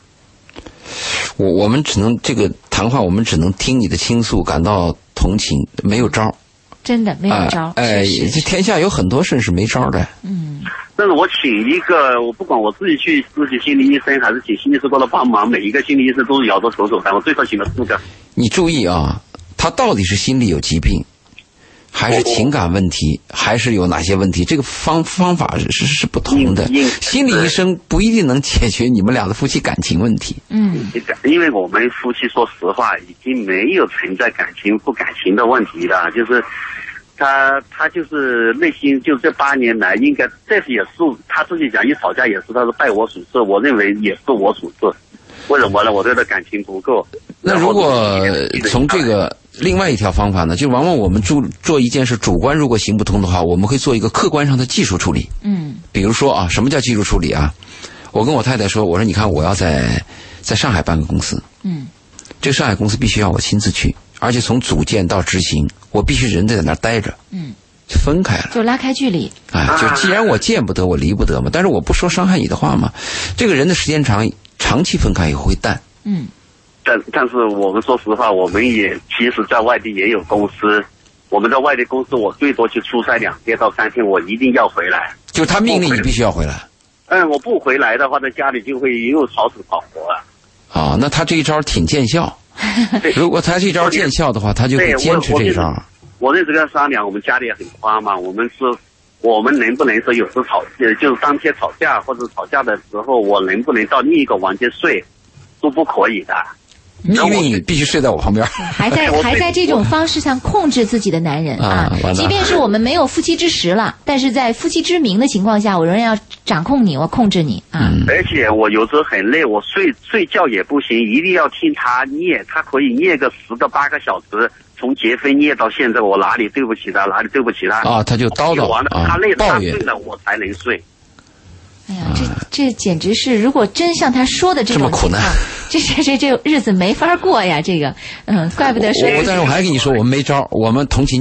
我们只能这个谈话，我们只能听你的倾诉，感到同情，没有招。 真的没有招。 这天下有很多事是没招的。 但是我请一个，我不管我自己去咨询心理医生，还是请心理师过来帮忙，每一个心理医生都是摇头手的，我最少请了4个。 你注意啊，他到底是心理有疾病，还是情感问题，还是有哪些问题？这个方法是不同的。心理医生不一定能解决你们俩的夫妻感情问题。 因为我们夫妻说实话已经没有存在感情不感情的问题了，就是他就是内心就这8年来应该这也是他自己讲，一吵架也是他是拜我所赐，我认为也是我所赐。为什么呢？我对他感情不够。 那如果从这个另外一条方法呢，就往往我们做一件事主观如果行不通的话，我们会做一个客观上的技术处理。比如说啊，什么叫技术处理啊？我跟我太太说，我说你看我要在上海办个公司，这个上海公司必须要我亲自去，而且从组建到执行，我必须人在那儿待着，就分开了， 就拉开距离。 就既然我见不得，我离不得嘛，但是我不说伤害你的话嘛。这个人的时间长期分开以后会淡。 但是我们说实话，我们也其实在外地也有公司，我们在外地公司，我最多去出差2天到3天，我一定要回来。 就他命令你必须要回来。 我不回来的话，在家里就会又吵死跑活了。 那他这一招挺见效。如果他这招见效的话，他就会坚持这一招。 我那时跟他商量，我们家里也很宽嘛，我们能不能说有时就是当天吵架或者吵架的时候，我能不能到另一个房间睡，都不可以的。 命令你必须睡在我旁边。 还在这种方式上控制自己的男人即便是我们没有夫妻之实了，但是在夫妻之名的情况下，我仍然要掌控你，我控制你而且我有时候很累，我睡觉也不行，一定要听他念，他可以念个10个8个小时，从结婚念到现在，我哪里对不起他，哪里对不起他他就叨叨完了，他累他睡了，我才能睡。 哎呀，这简直是，如果真像他说的这种情况，这日子没法过呀！这个，怪不得说。 但是我还跟你说，我们没招，我们同情你。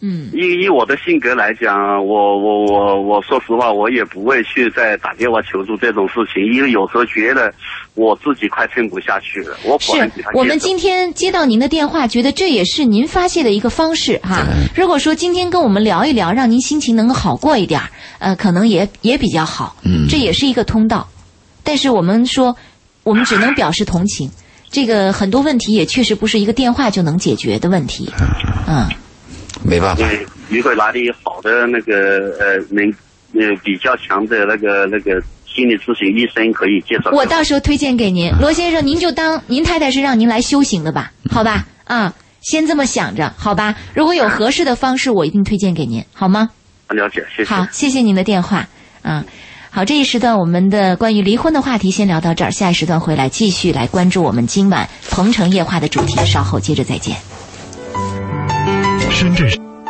以我的性格来讲，我说实话，我也不会去再打电话求助这种事情，因为有时候觉得我自己快撑不下去了。 我们今天接到您的电话，觉得这也是您发泄的一个方式哈。如果说今天跟我们聊一聊，让您心情能够好过一点，可能也比较好。这也是一个通道。但是我们说，我们只能表示同情。这个很多问题也确实不是一个电话就能解决的问题。 没办法。 如果哪里好的那个比较强的那个心理咨询医生可以介绍， 我到时候推荐给您。罗先生，您就当您太太是让您来修行的吧，好吧？先这么想着，好吧？如果有合适的方式，我一定推荐给您，好吗？ 了解，谢谢。 好，谢谢您的电话。好，这一时段我们的关于离婚的话题先聊到这儿，下一时段回来继续来关注我们今晚鹏城夜话的主题，稍后接着再见。 深圳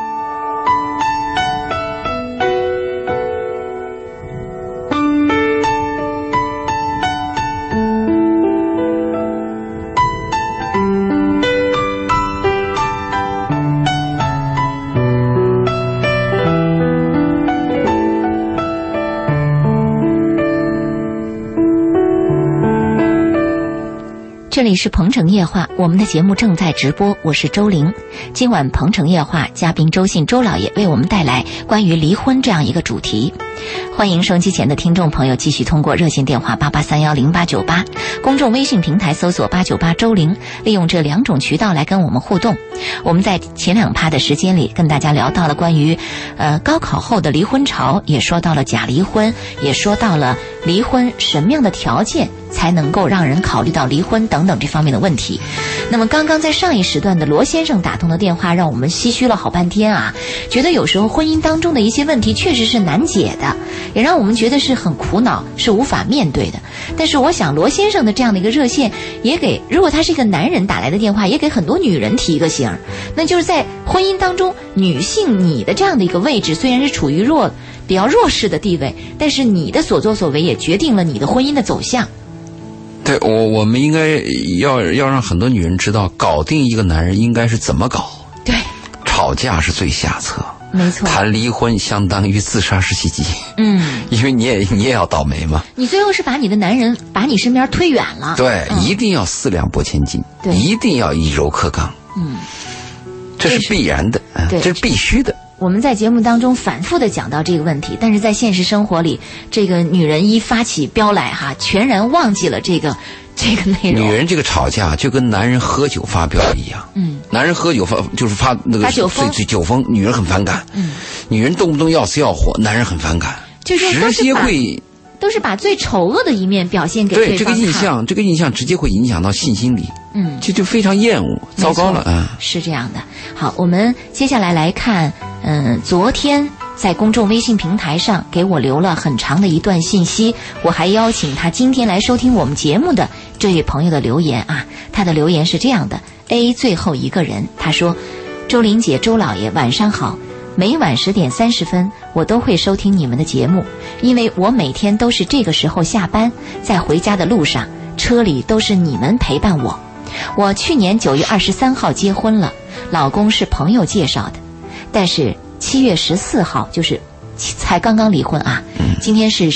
这里是鹏城夜话，我们的节目正在直播，我是周玲。今晚鹏城夜话嘉宾周信周老爷为我们带来关于离婚这样一个主题。欢迎收音机前的听众朋友继续通过热线电话88310898，公众微信平台搜索898周玲，利用这2种渠道来跟我们互动。我们在前2趴的时间里跟大家聊到了关于高考后的离婚潮，也说到了假离婚，也说到了离婚什么样的条件才能够让人考虑到离婚等等这方面的问题。那么刚刚在上一时段的罗先生打通的电话，让我们唏嘘了好半天觉得有时候婚姻当中的一些问题确实是难解的，也让我们觉得是很苦恼，是无法面对的。但是我想罗先生的这样的一个热线也给，如果他是一个男人打来的电话，也给很多女人提一个醒，那就是在婚姻当中，女性你的这样的一个位置虽然是处于比较弱势的地位，但是你的所作所为也决定了你的婚姻的走向。 对，我们应该要让很多女人知道，搞定一个男人应该是怎么搞。 对， 吵架是最下策， 没错。 谈离婚相当于自杀式袭击。因为你也要倒霉嘛。你最后是把你的男人把你身边推远了。 对，一定要4两拨千斤，一定要以柔克刚。这是必然的，这是必须的。 我们在节目当中反复的讲到这个问题，但是在现实生活里，这个女人一发起飙来全然忘记了这个内容。 女人这个吵架就跟男人喝酒发飙一样。男人喝酒就是发那个酒疯，女人很反感。女人动不动要死要活，男人很反感。 就是直接都是把最丑恶的一面表现给对方看。这个印象直接会影响到性心理。就非常厌恶，糟糕了。 是这样的。好，我们接下来来看，昨天在公众微信平台上给我留了很长的一段信息，我还邀请他今天来收听我们节目的这位朋友的留言他的留言是这样的 ：A 最后一个人，他说：“周玲姐、周老爷，晚上好。每晚10点30分，我都会收听你们的节目，因为我每天都是这个时候下班，在回家的路上，车里都是你们陪伴我。我去年9月23号结婚了，老公是朋友介绍的，但是7月14号就是才刚刚离婚今天是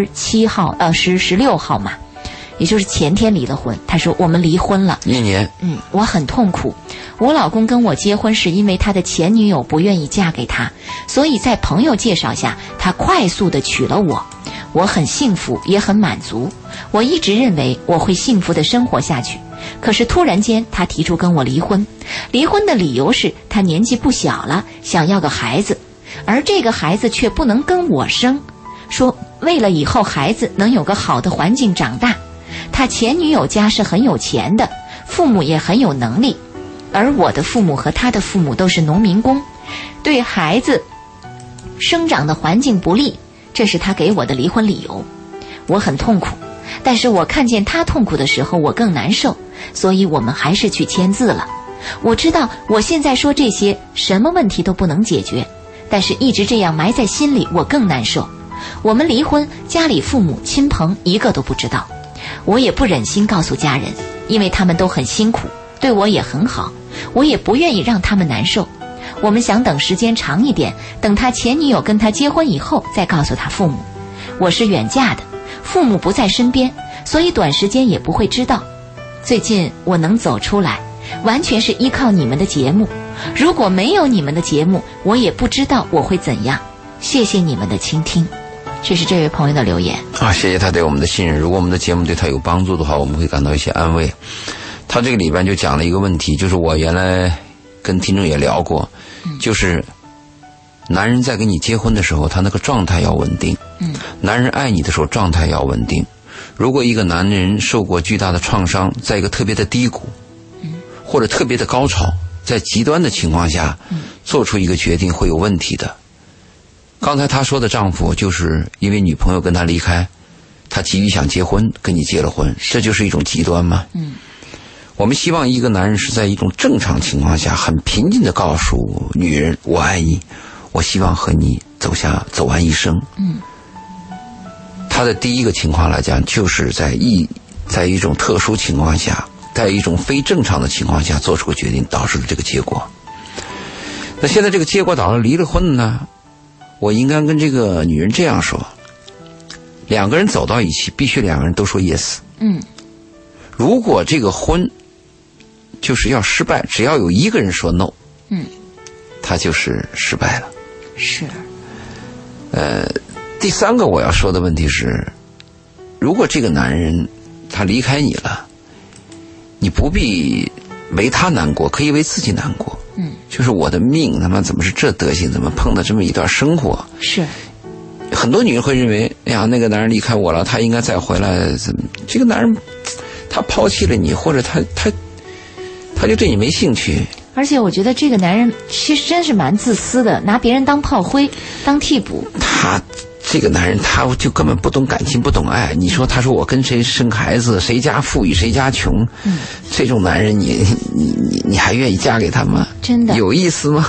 17号16号嘛，也就是前天离了婚。他说我们离婚了 1年。 我很痛苦。我老公跟我结婚是因为他的前女友不愿意嫁给他，所以在朋友介绍下，他快速地娶了我。我很幸福，也很满足。我一直认为我会幸福地生活下去，可是突然间他提出跟我离婚。离婚的理由是他年纪不小了，想要个孩子，而这个孩子却不能跟我生，说为了以后孩子能有个好的环境长大。他前女友家是很有钱的，父母也很有能力，而我的父母和他的父母都是农民工，对孩子生长的环境不利，这是他给我的离婚理由。我很痛苦，但是我看见他痛苦的时候我更难受，所以我们还是去签字了。我知道我现在说这些什么问题都不能解决，但是一直这样埋在心里我更难受。我们离婚，家里父母亲朋一个都不知道，我也不忍心告诉家人，因为他们都很辛苦，对我也很好，我也不愿意让他们难受。 我们想等时间长一点，等他前女友跟他结婚以后再告诉他父母。我是远嫁的，父母不在身边，所以短时间也不会知道。最近我能走出来，完全是依靠你们的节目。如果没有你们的节目，我也不知道我会怎样。谢谢你们的倾听。这是这位朋友的留言啊，谢谢他对我们的信任。如果我们的节目对他有帮助的话，我们会感到一些安慰。他这个里边就讲了一个问题，就是我原来跟听众也聊过，就是男人在跟你结婚的时候，他那个状态要稳定。男人爱你的时候状态要稳定。如果一个男人受过巨大的创伤，在一个特别的低谷，或者特别的高潮，在极端的情况下做出一个决定会有问题的。刚才他说的丈夫就是因为女朋友跟他离开，他急于想结婚，跟你结了婚，这就是一种极端吗？我们希望一个男人是在一种正常情况下很平静地告诉女人我爱你，我希望和你走完一生。他的第一个情况来讲，就是在一种特殊情况下，在一种非正常的情况下做出个决定，导致了这个结果。那现在这个结果导致离了婚呢，我应该跟这个女人这样说，两个人走到一起必须两个人都说 yes。如果这个婚就是要失败，只要有一个人说 no，他就是失败了。 是。 第三个我要说的问题是，如果这个男人他离开你了，你不必为他难过，可以为自己难过。就是我的命他妈怎么是这德行，怎么碰到这么一段生活。 是。 很多女人会认为，哎呀，那个男人离开我了，他应该再回来。这个男人他抛弃了你，或者他就对你没兴趣。 而且我觉得这个男人其实真是蛮自私的，拿别人当炮灰，当替补。 这个男人他就根本不懂感情，不懂爱。你说他说我跟谁生孩子，谁家富裕谁家穷，这种男人你还愿意嫁给他吗？ 真的有意思吗？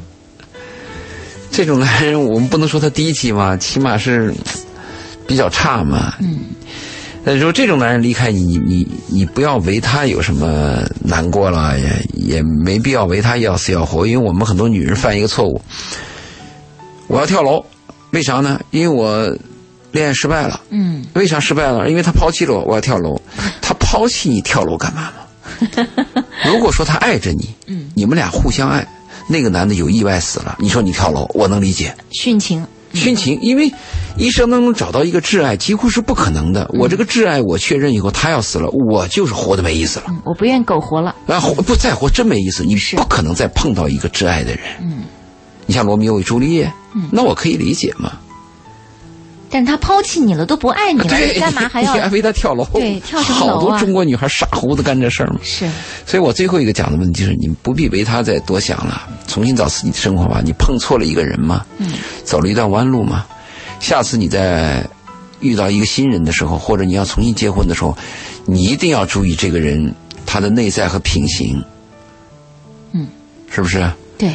这种男人我们不能说他低级嘛，起码是比较差嘛。如果这种男人离开你不要为他有什么难过了，也没必要为他要死要活。因为我们很多女人犯一个错误，我要跳楼，为啥呢？因为我恋爱失败了。为啥失败了？因为他抛弃了我，我要跳楼。他抛弃你跳楼干嘛嘛？如果说他爱着你，你们俩互相爱，那个男的有意外死了，你说你跳楼，我能理解。 殉情， 因为一生当中找到一个挚爱几乎是不可能的。我这个挚爱我确认以后，他要死了，我就是活得没意思了。 我不愿苟活了。 不再活真没意思，你不可能再碰到一个挚爱的人。你像罗密欧与朱丽叶，那我可以理解嘛。 但他抛弃你了，都不爱你了，你干嘛还要？ 你还为他跳楼？ 对，跳什么楼啊？ 好多中国女孩傻乎乎的干这事儿嘛。 是。 所以我最后一个讲的问题是，你不必为他再多想了，重新找自己的生活吧。你碰错了一个人嘛，走了一段弯路嘛，下次你在遇到一个新人的时候，或者你要重新结婚的时候，你一定要注意这个人他的内在和品行。是不是？ 对。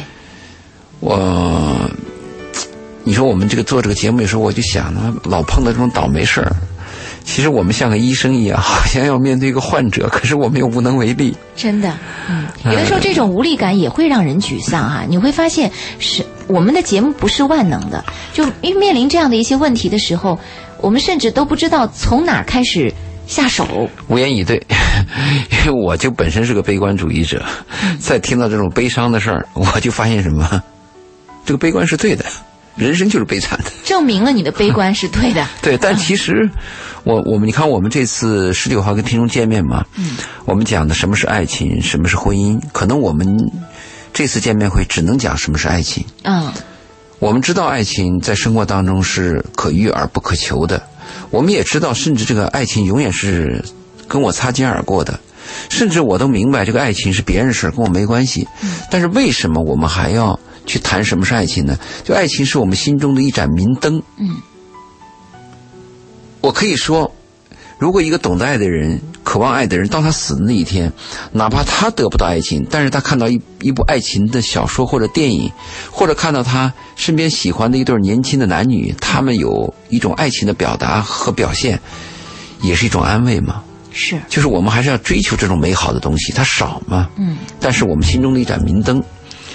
你说我们做这个节目的时候，我就想老碰到这种倒霉事儿。其实我们像个医生一样，好像要面对一个患者，可是我们又无能为力。 真的，有的时候这种无力感也会让人沮丧哈。你会发现，是我们的节目不是万能的，就因为面临这样的一些问题的时候，我们甚至都不知道从哪儿开始下手。 无言以对，因为我就本身是个悲观主义者，在听到这种悲伤的事儿，我就发现什么，这个悲观是对的。人生就是悲惨的， 证明了你的悲观是对的。 对，但其实我们你看，我们这次19号跟听众见面嘛，我们讲的什么是爱情，什么是婚姻，可能我们这次见面会只能讲什么是爱情。我们知道爱情在生活当中是可遇而不可求的，我们也知道，甚至这个爱情永远是跟我擦肩而过的，甚至我都明白这个爱情是别人的事，跟我没关系。但是为什么我们还要去谈什么是爱情呢？就爱情是我们心中的一盏明灯。我可以说，如果一个懂得爱的人，渴望爱的人，到他死的那一天，哪怕他得不到爱情，但是他看到一部爱情的小说或者电影，或者看到他身边喜欢的一对年轻的男女，他们有一种爱情的表达和表现，也是一种安慰嘛。 是， 就是我们还是要追求这种美好的东西，它少嘛，但是我们心中的一盏明灯。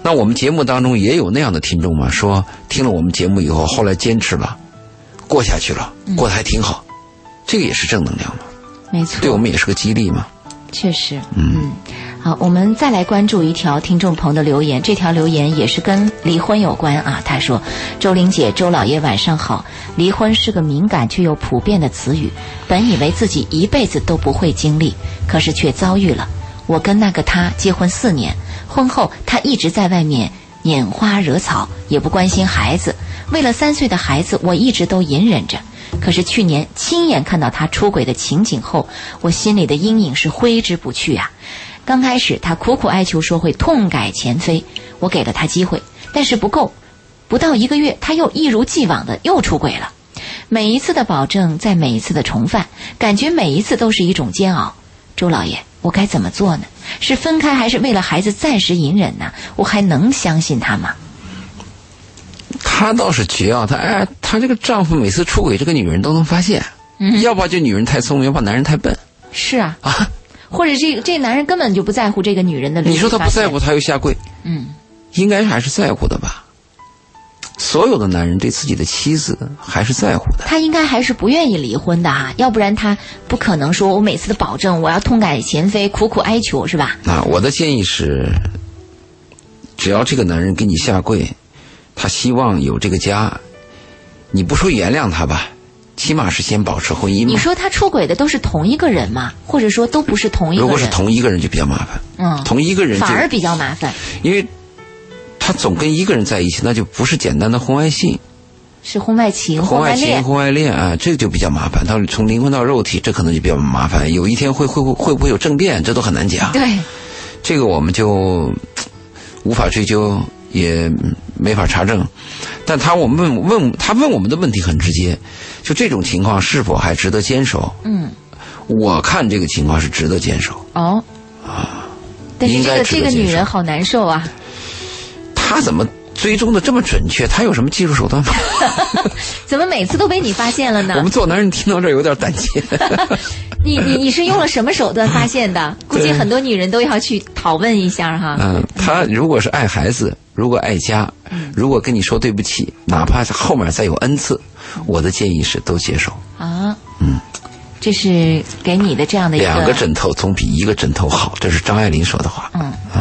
那我们节目当中也有那样的听众嘛，说听了我们节目以后，后来坚持了，过下去了，过得还挺好，这个也是正能量嘛， 没错， 对我们也是个激励嘛。 确实，好，我们再来关注一条听众朋友的留言，这条留言也是跟离婚有关啊。他说：“周玲姐、周老爷晚上好。离婚是个敏感却又普遍的词语，本以为自己一辈子都不会经历，可是却遭遇了。我跟那个他结婚4年，婚后他一直在外面拈花惹草，也不关心孩子。为了3岁的孩子，我一直都隐忍着。可是去年亲眼看到他出轨的情景后，我心里的阴影是挥之不去啊。刚开始他苦苦哀求说会痛改前非，我给了他机会，但是不够，不到1个月他又一如既往的又出轨了。每一次的保证，在每一次的重犯，感觉每一次都是一种煎熬。周老爷，我该怎么做呢？是分开还是为了孩子暂时隐忍呢？我还能相信他吗？ 她倒是绝啊，她这个丈夫每次出轨，这个女人都能发现，要不就女人太聪明，要不男人太笨。 是啊，或者这男人根本就不在乎这个女人的。 你说他不在乎，他又下跪，应该还是在乎的吧？所有的男人对自己的妻子还是在乎的。 他应该还是不愿意离婚的啊，要不然他不可能说我每次的保证我要痛改前非，苦苦哀求，是吧？ 我的建议是，只要这个男人给你下跪，他希望有这个家，你不说原谅他吧，起码是先保持婚姻嘛。 你说他出轨的都是同一个人吗？或者说都不是同一个人？ 如果是同一个人就比较麻烦，同一个人反而比较麻烦， 因为他总跟一个人在一起，那就不是简单的婚外性， 是婚外情、 婚外情、婚外恋啊，这个就比较麻烦。他从灵魂到肉体，这可能就比较麻烦。有一天会不会有政变，这都很难讲。 对， 这个我们就无法追究，也没法查证。但他问我们的问题很直接，就这种情况是否还值得坚守？我看这个情况是值得坚守。 但是这个女人好难受啊。 他怎么追踪的这么准确？他有什么技术手段吗？ 怎么每次都被你发现了呢？ 我们做男人听到这儿有点胆怯。 你是用了什么手段发现的？估计很多女人都要去讨问一下哈。 他如果是爱孩子，如果爱家，如果跟你说对不起，哪怕是后面再有 N 次，我的建议是都接受啊。 这是给你的这样的一个 2个枕头总比1个枕头好，这是张爱玲说的话。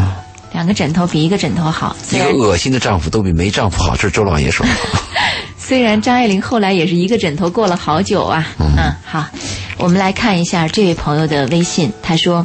2个枕头比1个枕头好， 一个恶心的丈夫都比没丈夫好，这是周老爷说的话。 虽然张爱玲后来也是1个枕头过了好久啊。好，我们来看一下这位朋友的微信，他说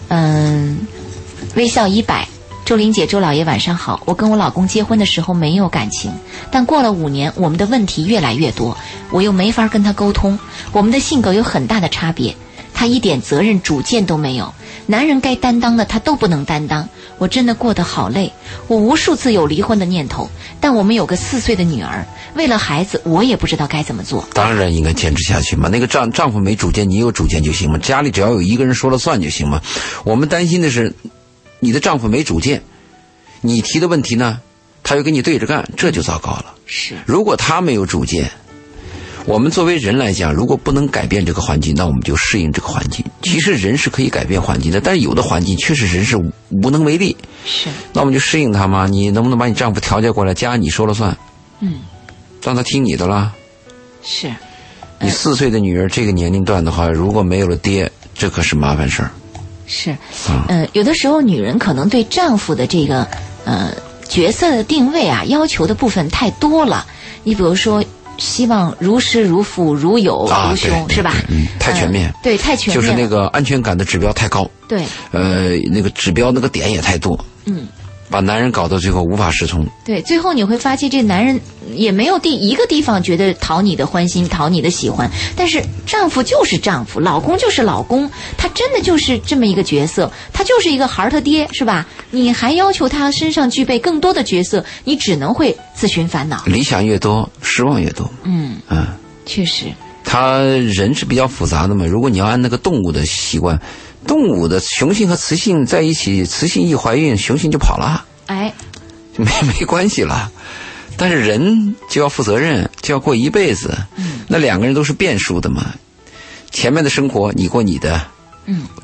微笑100，周玲姐、周老爷晚上好。我跟我老公结婚的时候没有感情，但过了5年，我们的问题越来越多，我又没法跟他沟通，我们的性格有很大的差别，他一点责任主见都没有，男人该担当的他都不能担当，我真的过得好累。我无数次有离婚的念头，但我们有个4岁的女儿，为了孩子我也不知道该怎么做。 当然应该坚持下去嘛，那个丈夫没主见，你有主见就行嘛，家里只要有1个人说了算就行嘛。我们担心的是你的丈夫没主见，你提的问题呢他又跟你对着干，这就糟糕了。 是， 如果他没有主见，我们作为人来讲，如果不能改变这个环境，那我们就适应这个环境。其实人是可以改变环境的，但是有的环境确实人是无能为力。 是， 那我们就适应他嘛。你能不能把你丈夫调节过来，家你说了算？让他听你的啦。 是， 你4岁的女儿这个年龄段的话，如果没有了爹，这可是麻烦事儿。 是，有的时候女人可能对丈夫的这个角色的定位啊，要求的部分太多了。你比如说，希望如师如父如友如兄，是吧？ 太全面。 对，太全面， 就是那个安全感的指标太高。 对， 那个指标那个点也太多。把男人搞到最后无法适从。对， 最后你会发现这男人也没有一个地方觉得讨你的欢心，讨你的喜欢，但是丈夫就是丈夫，老公就是老公，他真的就是这么一个角色，他就是一个孩儿他爹，是吧？你还要求他身上具备更多的角色，你只能会自寻烦恼。 理想越多，失望越多。 确实。 他人是比较复杂的嘛，如果你要按那个动物的习惯，动物的雄性和雌性在一起，雌性一怀孕，雄性就跑了，就没关系了。但是人就要负责任，就要过一辈子。那2个人都是变数的嘛。前面的生活你过你的，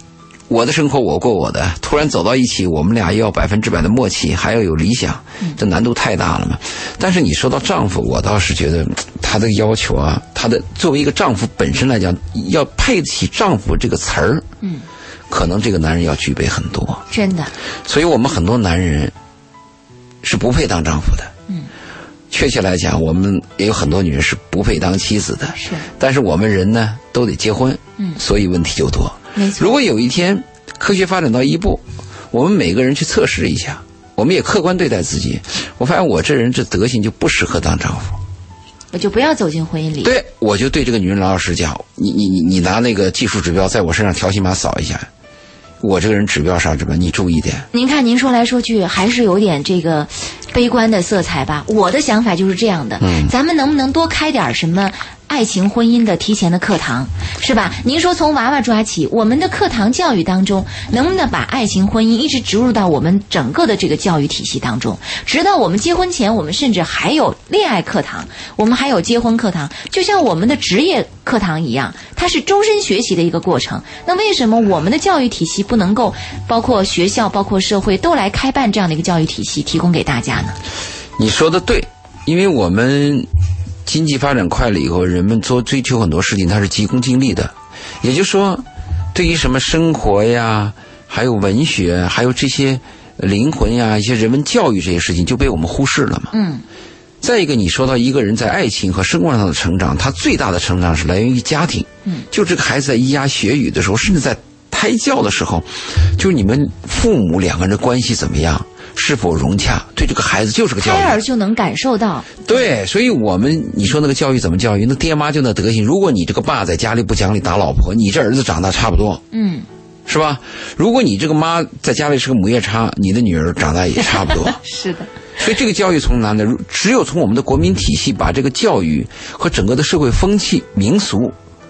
我的生活我过我的，突然走到一起，我们俩又要100%的默契，还要有理想，这难度太大了嘛。但是你说到丈夫，我倒是觉得他的要求啊，他的作为一个丈夫本身来讲，要配得起丈夫这个词儿，可能这个男人要具备很多， 真的。 所以我们很多男人是不配当丈夫的，确切来讲，我们也有很多女人是不配当妻子的， 是。 但是我们人呢，都得结婚，所以问题就多。 没错。 如果有一天科学发展到一步，我们每个人去测试一下，我们也客观对待自己，我发现我这人这德行就不适合当丈夫， 我就不要走进婚姻里。 对，我就对这个女人老老实讲，你拿那个技术指标在我身上条形码扫一下，我这个人指标啥指标你注意点。 您看您说来说去还是有点这个悲观的色彩吧。我的想法就是这样的，咱们能不能多开点什么爱情婚姻的提前的课堂，是吧？您说从娃娃抓起，我们的课堂教育当中能不能把爱情婚姻一直植入到我们整个的这个教育体系当中，直到我们结婚前，我们甚至还有恋爱课堂，我们还有结婚课堂，就像我们的职业课堂一样，它是终身学习的一个过程。那为什么我们的教育体系不能够包括学校包括社会都来开办这样的一个教育体系提供给大家呢？ 你说的对，因为我们经济发展快了以后，人们追求很多事情它是急功近利的，也就是说对于什么生活呀，还有文学，还有这些灵魂呀，一些人文教育这些事情就被我们忽视了嘛。再一个，你说到一个人在爱情和生活上的成长，他最大的成长是来源于家庭。就这个孩子在咿呀学语的时候，甚至在胎教的时候，就是你们父母两个人的关系怎么样，是否融洽，对这个孩子就是个教育。 胎儿就能感受到。 对，所以你说那个教育怎么教育？那爹妈就那德行。如果你这个爸在家里不讲理打老婆，你这儿子长大差不多。是吧？如果你这个妈在家里是个母夜叉，你的女儿长大也差不多。 是的。 所以这个教育从哪来？只有从我们的国民体系把这个教育和整个的社会风气民俗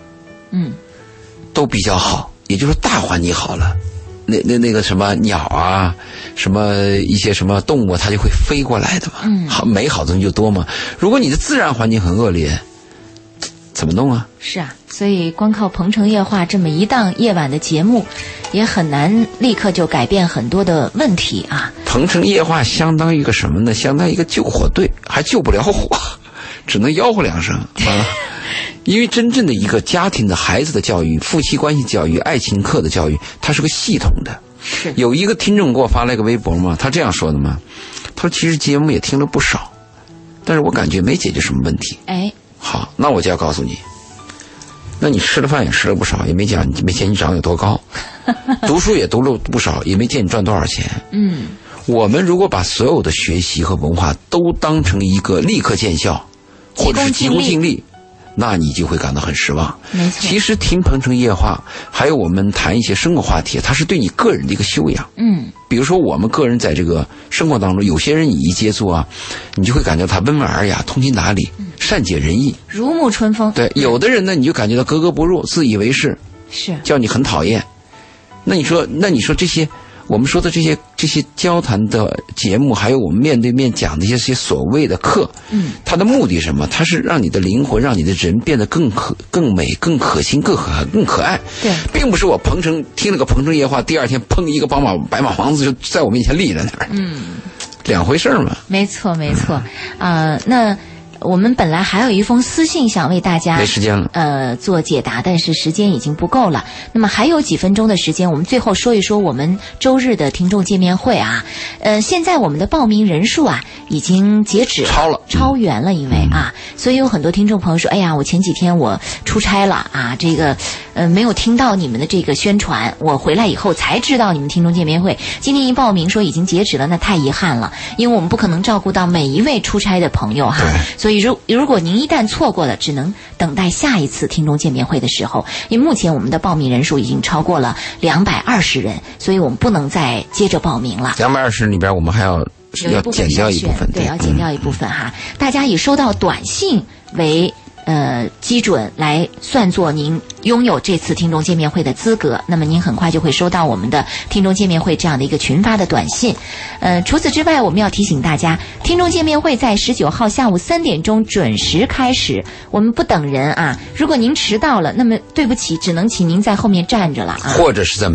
都比较好，也就是大环境好了，那个什么鸟啊，什么一些什么动物它就会飞过来的嘛。好，美好的东西就多嘛。如果你的自然环境很恶劣，怎么弄啊？ 是啊，所以光靠《鹏城夜话》这么一档夜晚的节目也很难立刻就改变很多的问题啊。 鹏城夜话相当于一个什么呢？相当于一个救火队，还救不了火，只能吆喝两声啊。因为真正的一个家庭的孩子的教育，夫妻关系教育，爱情课的教育，它是个系统的。 是。 有一个听众给我发了一个微博嘛，他这样说的嘛，他说其实节目也听了不少，但是我感觉没解决什么问题。好，那我就要告诉你，那你吃了饭也吃了不少，也没见你长有多高，读书也读了不少，也没见你赚多少钱。我们如果把所有的学习和文化都当成一个立刻见效，或者是急功近利，那你就会感到很失望。 没错。 其实听鹏城夜话，还有我们谈一些生活话题，它是对你个人的一个修养。比如说我们个人在这个生活当中，有些人你一接触啊，你就会感觉他温文尔雅，通情达理，善解人意， 如沐春风。 对，有的人呢，你就感觉到格格不入，自以为是，叫你很讨厌。那你说这些我们说的这些交谈的节目，还有我们面对面讲的一些所谓的课，它的目的是什么？它是让你的灵魂，让你的人变得更美、更可亲、更可爱。 对，并不是我听了个鹏城夜话，第二天砰一个白马王子就在我面前立在那儿。两回事嘛。没错。 那我们本来还有一封私信想为大家没时间了做解答，但是时间已经不够了。那么还有几分钟的时间，我们最后说一说我们周日的听众见面会啊。现在我们的报名人数啊已经截止了，超员了，因为所以有很多听众朋友说，哎呀，我前几天我出差了啊，这个没有听到你们的这个宣传，我回来以后才知道你们听众见面会今天一报名说已经截止了，那太遗憾了，因为我们不可能照顾到每一位出差的朋友哈。所以如果您一旦错过了，只能等待下一次听众见面会的时候，因为目前我们的报名人数已经超过了220人，所以我们不能再接着报名了。 220人里边我们还要减掉一部分， 对，要减掉一部分哈。大家以收到短信为基准来算作您拥有这次听众见面会的资格，那么您很快就会收到我们的听众见面会这样的一个群发的短信。除此之外，我们要提醒大家，听众见面会在19号下午3点钟准时开始，我们不等人啊。如果您迟到了，那么对不起，只能请您在后面站着了啊， 或者是在门外。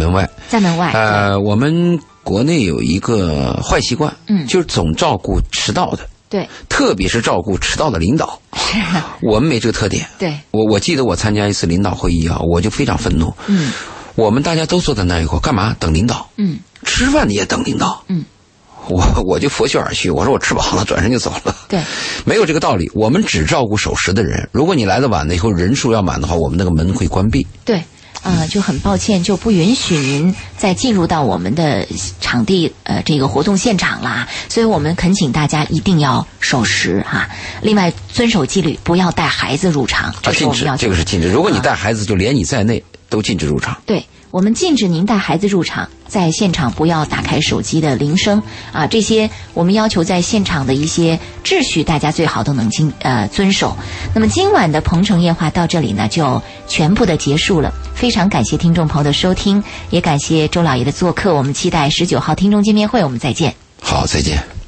在门外。 我们国内有一个坏习惯，就是总照顾迟到的。 对， 特别是照顾迟到的领导，我们没这个特点。 对，我记得我参加一次领导会议啊，我就非常愤怒。我们大家都坐在那一块，干嘛？等领导。吃饭你也等领导。我就佛系而去，我说我吃饱了，转身就走了。 对， 没有这个道理。我们只照顾守时的人，如果你来的晚了以后人数要满的话，我们那个门会关闭。 对。就很抱歉，就不允许您再进入到我们的场地这个活动现场啦。所以我们恳请大家一定要守时哈。另外，遵守纪律，不要带孩子入场，这是我们要禁止，这个是禁止。如果你带孩子，就连你在内都禁止入场。 对。我们禁止您带孩子入场，在现场不要打开手机的铃声啊，这些我们要求在现场的一些秩序，大家最好都能遵守。那么今晚的鹏城夜话到这里呢，就全部的结束了。非常感谢听众朋友的收听，也感谢周老爷的做客。我们期待19号听众见面会，我们再见。 好，再见。